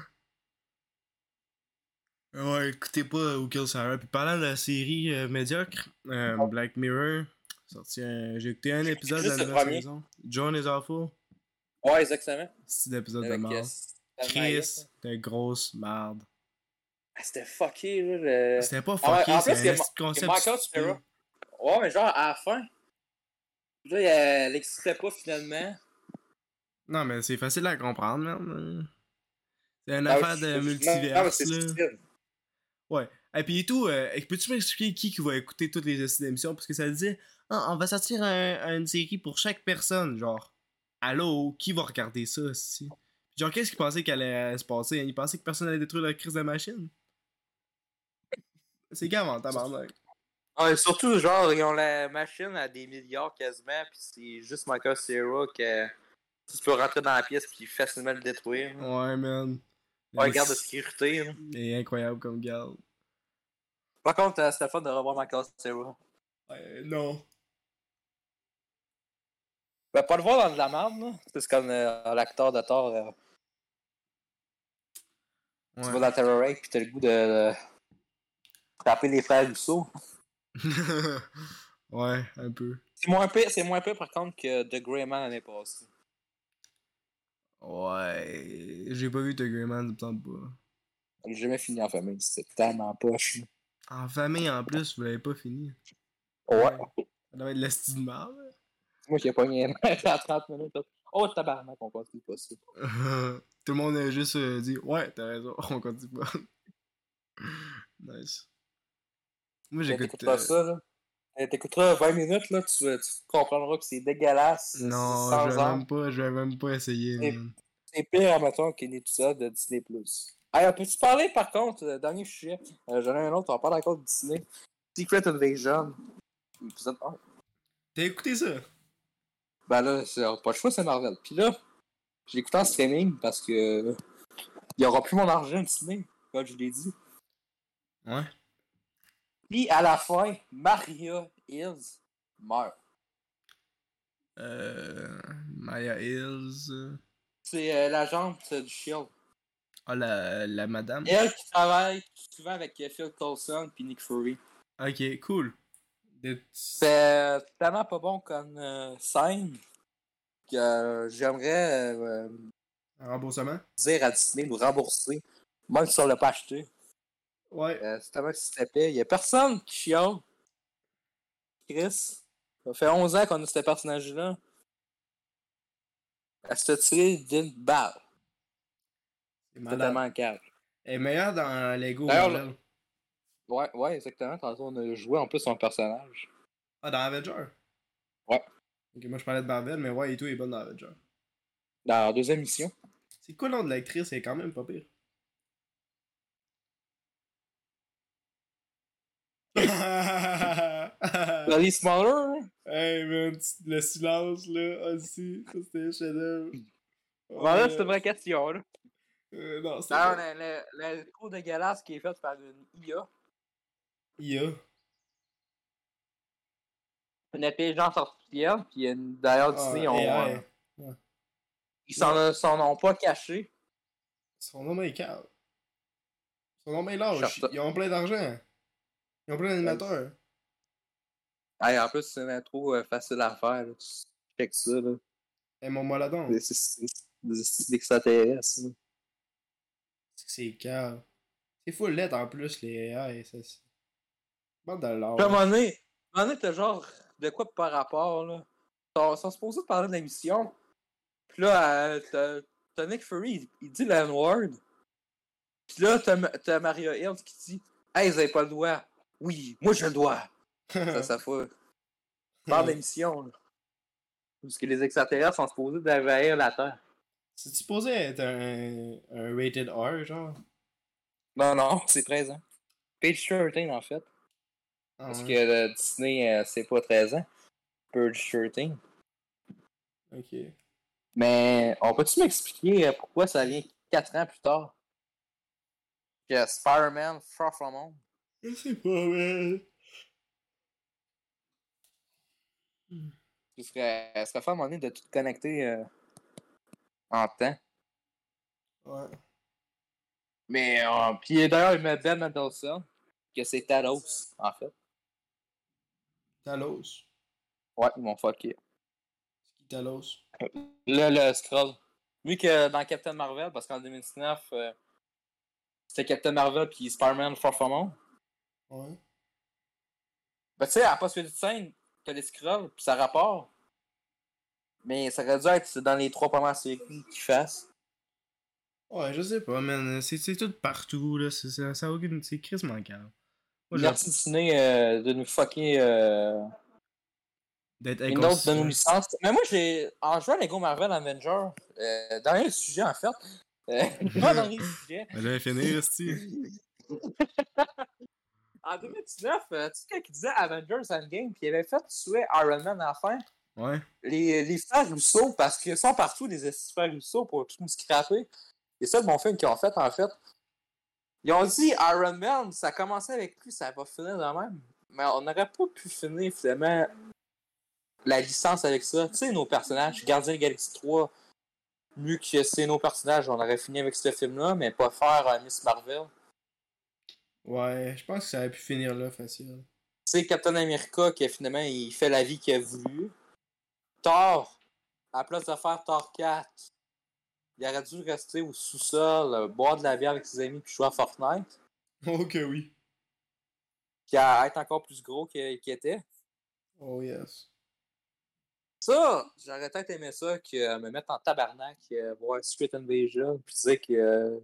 Ouais, écoutez pas Who Killed Sarah. Puis parlant de la série euh, médiocre, euh, Black Mirror, sorti un... j'ai écouté un épisode de la Juste le nouvelle premier. saison. John is Awful. Ouais, exactement. C'est d'épisode de Avec euh, merde. Chris, de grosse merde. Ah, c'était fucké, là. Le... C'était pas Ah ouais, fucké, en c'est plus, un il y a, esti de il y a concept Michael stupide. Cera. Ouais, mais genre, à la fin, là, elle n'existait pas finalement. Non, mais c'est facile à comprendre, man. C'est une Ah, affaire je- de je- Non, mais multiverse, c'est là. stupide. Ouais. Et puis et tout, euh, peux-tu m'expliquer qui qui va écouter toutes les esti d'émissions? Parce que ça dit, ah, on va sortir un, une série pour chaque personne. Genre, allô, qui va regarder ça, si? Genre, qu'est-ce qu'ils pensaient qu'elle allait se passer? Ils pensaient que personne allait détruire la crise de la machine? C'est gamin, tabarnak. Ah, et surtout, genre, ils ont la machine à des milliards quasiment, puis c'est juste Michael Cera que tu peux rentrer dans la pièce puis facilement le détruire. Là. Ouais, man. Ouais, Le- garde de sécurité. Là. Il est incroyable comme garde. Par contre, euh, c'était le fun de revoir Michael Cera. Ouais, non. Ben, pas le voir dans de la merde, là. C'est comme euh, l'acteur de Thor. Euh, Ouais. Tu vas dans Terror Rake pis t'as le goût de, de taper les frères Rousseau. Ouais, un peu. C'est moins pire, c'est moins pire par contre que The Grey Man l'année passée. Ouais. J'ai pas vu The Grey Man, ça me semble pas. J'ai jamais fini en famille, c'est tellement poche. En famille, en plus, vous l'avez pas fini. Ouais. Ça doit être l'esti de merde. C'est moi qui ai pogné à trente minutes. Oh tabarnak, on continue pas ça. Tout le monde a juste euh, dit ouais, t'as raison, on continue pas. Nice. Moi j'écoute. T'écouteras Euh... ça, là. T'écouteras vingt minutes, là, tu, tu comprendras que c'est dégueulasse. Non, sans je vais âme. même pas, je vais même pas essayer, C'est- man. C'est pire, mettons, qu'un épisode de Disney plus. Hey, peux-tu parler, par contre, euh, dernier sujet, euh, j'en ai un autre, on parle encore de Disney. Secret Invasion, épisode un. T'as écouté ça? Ben là, c'est pas le choix, c'est Marvel. Puis là, j'ai écouté en streaming parce que euh, il y aura plus mon argent Disney, comme je l'ai dit. Ouais. Puis à la fin, Maria Hills meurt. Euh. Maya Hills. euh, C'est euh, l'agente du Shield. Ah, la, la madame. Elle qui travaille souvent avec euh, Phil Coulson puis Nick Fury. Ok, cool. Des- C'est tellement pas bon comme euh, scène que euh, j'aimerais euh, Un remboursement? dire à Disney de nous rembourser, même si on l'a pas acheté. Ouais. Euh, c'est tellement que c'était payé. Il y a personne qui chiale. Chris, ça fait onze ans qu'on a ce personnage-là. Elle se fait tirer d'une balle. C'est C'est malade. tellement calme. Elle est meilleure dans Lego D'ailleurs, Marvel. Ouais, ouais, exactement. Tantôt, on a joué en plus son personnage. Ah, dans Avenger? Ouais. Ok, moi je parlais de Marvel, mais ouais, et tout est bonne dans Avenger. Dans la deuxième mission. C'est quoi le nom de l'actrice? Elle est quand même pas pire. Dolly Smaller, hein? Hey man, le silence là, aussi, ça c'était un chef-d'œuvre. Bon, là, c'est une vraie question, là. Euh, non, c'est D'ailleurs, pas. le, le, le trou dégueulasse qui est fait par une I A. I A. Une intelligence artificielle, puis une- d'ailleurs, Ah, Disney, ont, A I. euh, Ouais. ils s'en s'en ont pas caché. Son nom est calme. Son nom est large. Cherche ça. Ils ont plein d'argent. Ils ont plein d'animateurs. Hey, en plus, c'est une intro euh, facile à faire. Là. Tu check ça. Là. Et mon là-dedans. C'est- C'est c'est- c'est extraterrestre. là. C'est calme. C'est full lettre en plus, les A I. Ça, c'est. Bande de l'or. Puis à un moment donné, à un moment donné, t'as genre de quoi par rapport. Là. Ils sont, ils sont supposés te parler de l'émission. Puis là, euh, t'as, t'as Nick Fury, il, il dit le N-word. Puis là, t'as, t'as Maria Hill qui dit hey, vous avez pas le droit. Oui, moi j'ai le droit. Ça, ça fait. Parle d'émission, là. Parce que les extraterrestres sont supposés d'envahir la Terre. C'est supposé être un, un rated R, genre. Non, non, c'est treize ans. Page treize, en fait. Ah, Parce ouais. que euh, Disney, euh, c'est pas treize ans. Page treize. Ok. Mais on peut-tu m'expliquer euh, pourquoi ça vient quatre ans plus tard que Spider-Man Far From Home? Je sais pas, man. Ce serait, ce serait fait à un moment donné de tout connecter euh, en temps. Ouais. Mais, euh, puis d'ailleurs, il met Ben Mendelsohn, que c'est Talos, en fait. Talos. Ouais, ils m'ont fucké. C'est qui Talos? Là, le scroll. Vu que dans Captain Marvel, parce qu'en deux mille dix-neuf, euh, c'était Captain Marvel puis Spider-Man Far From Home. Ouais. Ben, tu sais, à la post de scène, t'as les scrolls, puis ça rapporte. Mais ça aurait dû être dans les trois premières séries qu'ils fassent. Ouais, je sais pas, man. C'est, c'est tout partout, là. C'est, ça, ça a aucune. C'est crissement calme. Moi, genre, Merci Disney euh, de nous fucker euh, d'être une autre de nos inconsistant. licences. Mais moi, j'ai en jouant à Lego Marvel Avengers, euh, dernier sujet en fait, euh, pas dernier sujet. Elle devait finir, esti. En deux mille dix-neuf, euh, tu sais, quand il disait Avengers Endgame, puis il avait fait tuer Iron Man à la fin, Ouais. les, les frères Rousseau, parce qu'ils sont partout, les frères Rousseau, pour tout nous scraper. Et ça, le bon film qu'ils ont fait, en fait. Ils ont dit Iron Man, ça a commencé avec lui, ça va finir de même. Mais on n'aurait pas pu finir, finalement, la licence avec ça. Tu sais, nos personnages, Gardien de la Galaxie trois, mieux que c'est nos personnages, on aurait fini avec ce film-là, mais pas faire euh, Miss Marvel. Ouais, je pense que ça aurait pu finir là, facile. Tu sais, Captain America, qui finalement, il fait la vie qu'il a voulu. Thor, à la place de faire Thor quatre, il aurait dû rester au sous-sol, euh, boire de la bière avec ses amis puis jouer à Fortnite. Oh que oui. Puis à être encore plus gros qu'il qu'il était. Oh yes. Ça, j'aurais peut-être aimé ça que euh, me mettre en tabarnak, euh, voir Secret Invasion, puis dire que euh,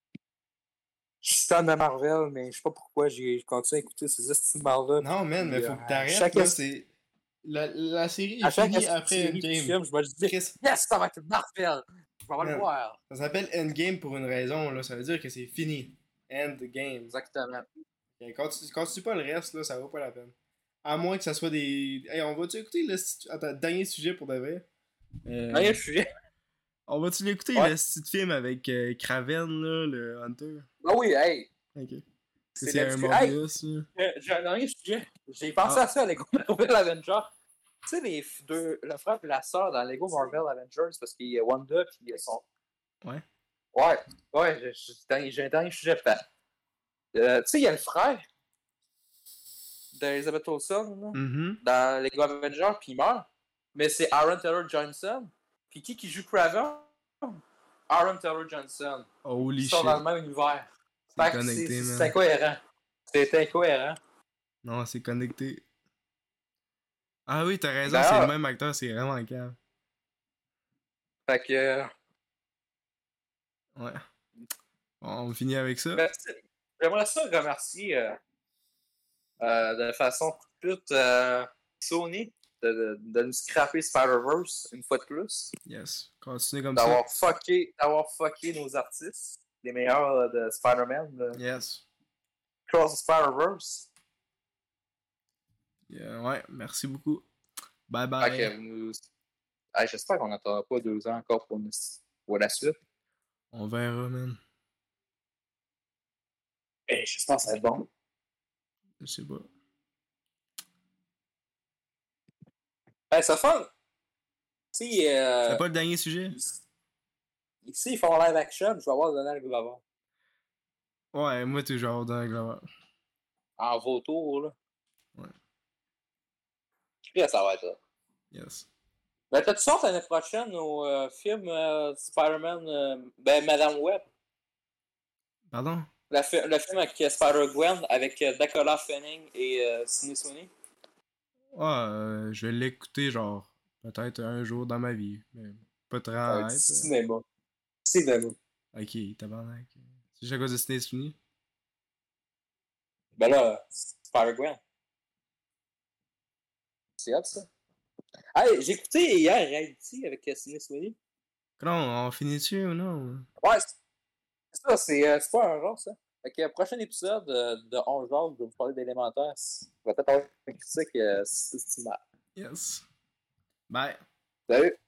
je suis fan de Marvel, mais je sais pas pourquoi j'ai continué à écouter ces estimes-là. Non, man, mais Puis, faut euh, que à t'arrêtes, chaque, là. esti- C'est. La, la série à est chaque finie esti- après série puis Endgame. film, je me dis Chris, yes, ça va être Marvel! Je vais le man, voir! ça s'appelle Endgame pour une raison, là. Ça veut dire que c'est fini. Endgame. Exactement. Okay, continue, continue pas le reste, là, ça vaut pas la peine. À moins que ça soit des. Hey, on va-tu écouter le. Attends, dernier sujet pour de vrai? Euh... Rien, je suis. On va-tu l'écouter, Ouais. le petit film avec euh, Kraven, là, le Hunter? Ah oui, hey! Ok. C'est C'est un là-dessus. Hey! Morbius, là. Euh, J'ai un dernier sujet. J'ai pensé Ah. à ça à Lego Marvel Avengers. Tu sais, les f- deux, le frère et la sœur dans Lego Marvel Avengers, parce qu'il y a Wanda puis il y a son. Ouais. Ouais, ouais, j'ai- j'ai j'ai un dernier sujet fait. Euh, tu sais, il y a le frère d'Elizabeth Olsen là, Mhm. dans Lego Avengers, puis il meurt. Mais c'est Aaron Taylor Johnson. Puis qui qui joue Kraven? Aaron Taylor Johnson. Holy Ils sont shit. dans le même univers. C'est Fait que connecté, c'est- man. c'est incohérent. C'est incohérent. Non, c'est connecté. Ah oui, t'as raison, D'ailleurs- c'est le même acteur, c'est vraiment calme. Fait que. euh, Ouais. Bon, on finit avec ça. Merci. J'aimerais ça remercier euh, euh, de façon toute euh, Sony de, de, de nous scraper Spider-Verse une fois de plus. Yes. Continue comme ça. D'avoir fucké, d'avoir fucké nos artistes, les meilleurs euh, de Spider-Man, de Yes. Cross Spider-Verse. Yeah, ouais, merci beaucoup. Bye Fait bye. que, euh, hey, j'espère qu'on n'attendra pas deux ans encore pour, nous- pour la suite. On verra, man. Hey, j'espère que ça va être bon. Je sais pas. Hey, ça fun! Si, C'est euh, pas le dernier sujet? ici, ils font live action, je vais avoir Donald Glover. Ouais, moi toujours dans le Glover. En vautour, là. Ouais, Puis, ça va être ça. yes. Ben, t'as-tu sorti l'année prochaine au euh, film euh, Spider-Man, euh, ben, Madame Web? Pardon? La fi- le film avec euh, Spider-Gwen, avec euh, Dakota Fanning et euh, Sydney Sweeney? Ouais, euh, je vais l'écouter, genre, peut-être un jour dans ma vie. Mais pas Ça va très être hype. euh. cinéma. Cinéma. Ok, tabarnak. C'est juste à cause de Snake Fini? Ben là, Spider-Gwen. C'est hot, ça. Hey, j'ai écouté hier Reality avec euh, Sydney Sweeney. Non, on finit dessus ou non? Ouais, c'est ça, c'est euh, c'est pas un genre, ça. Fait que, euh, prochain épisode euh, de On Jase, je vais vous parler d'élémentaire. On va peut-être avoir une critique euh, si c'est mal. Yes. Bye. Salut!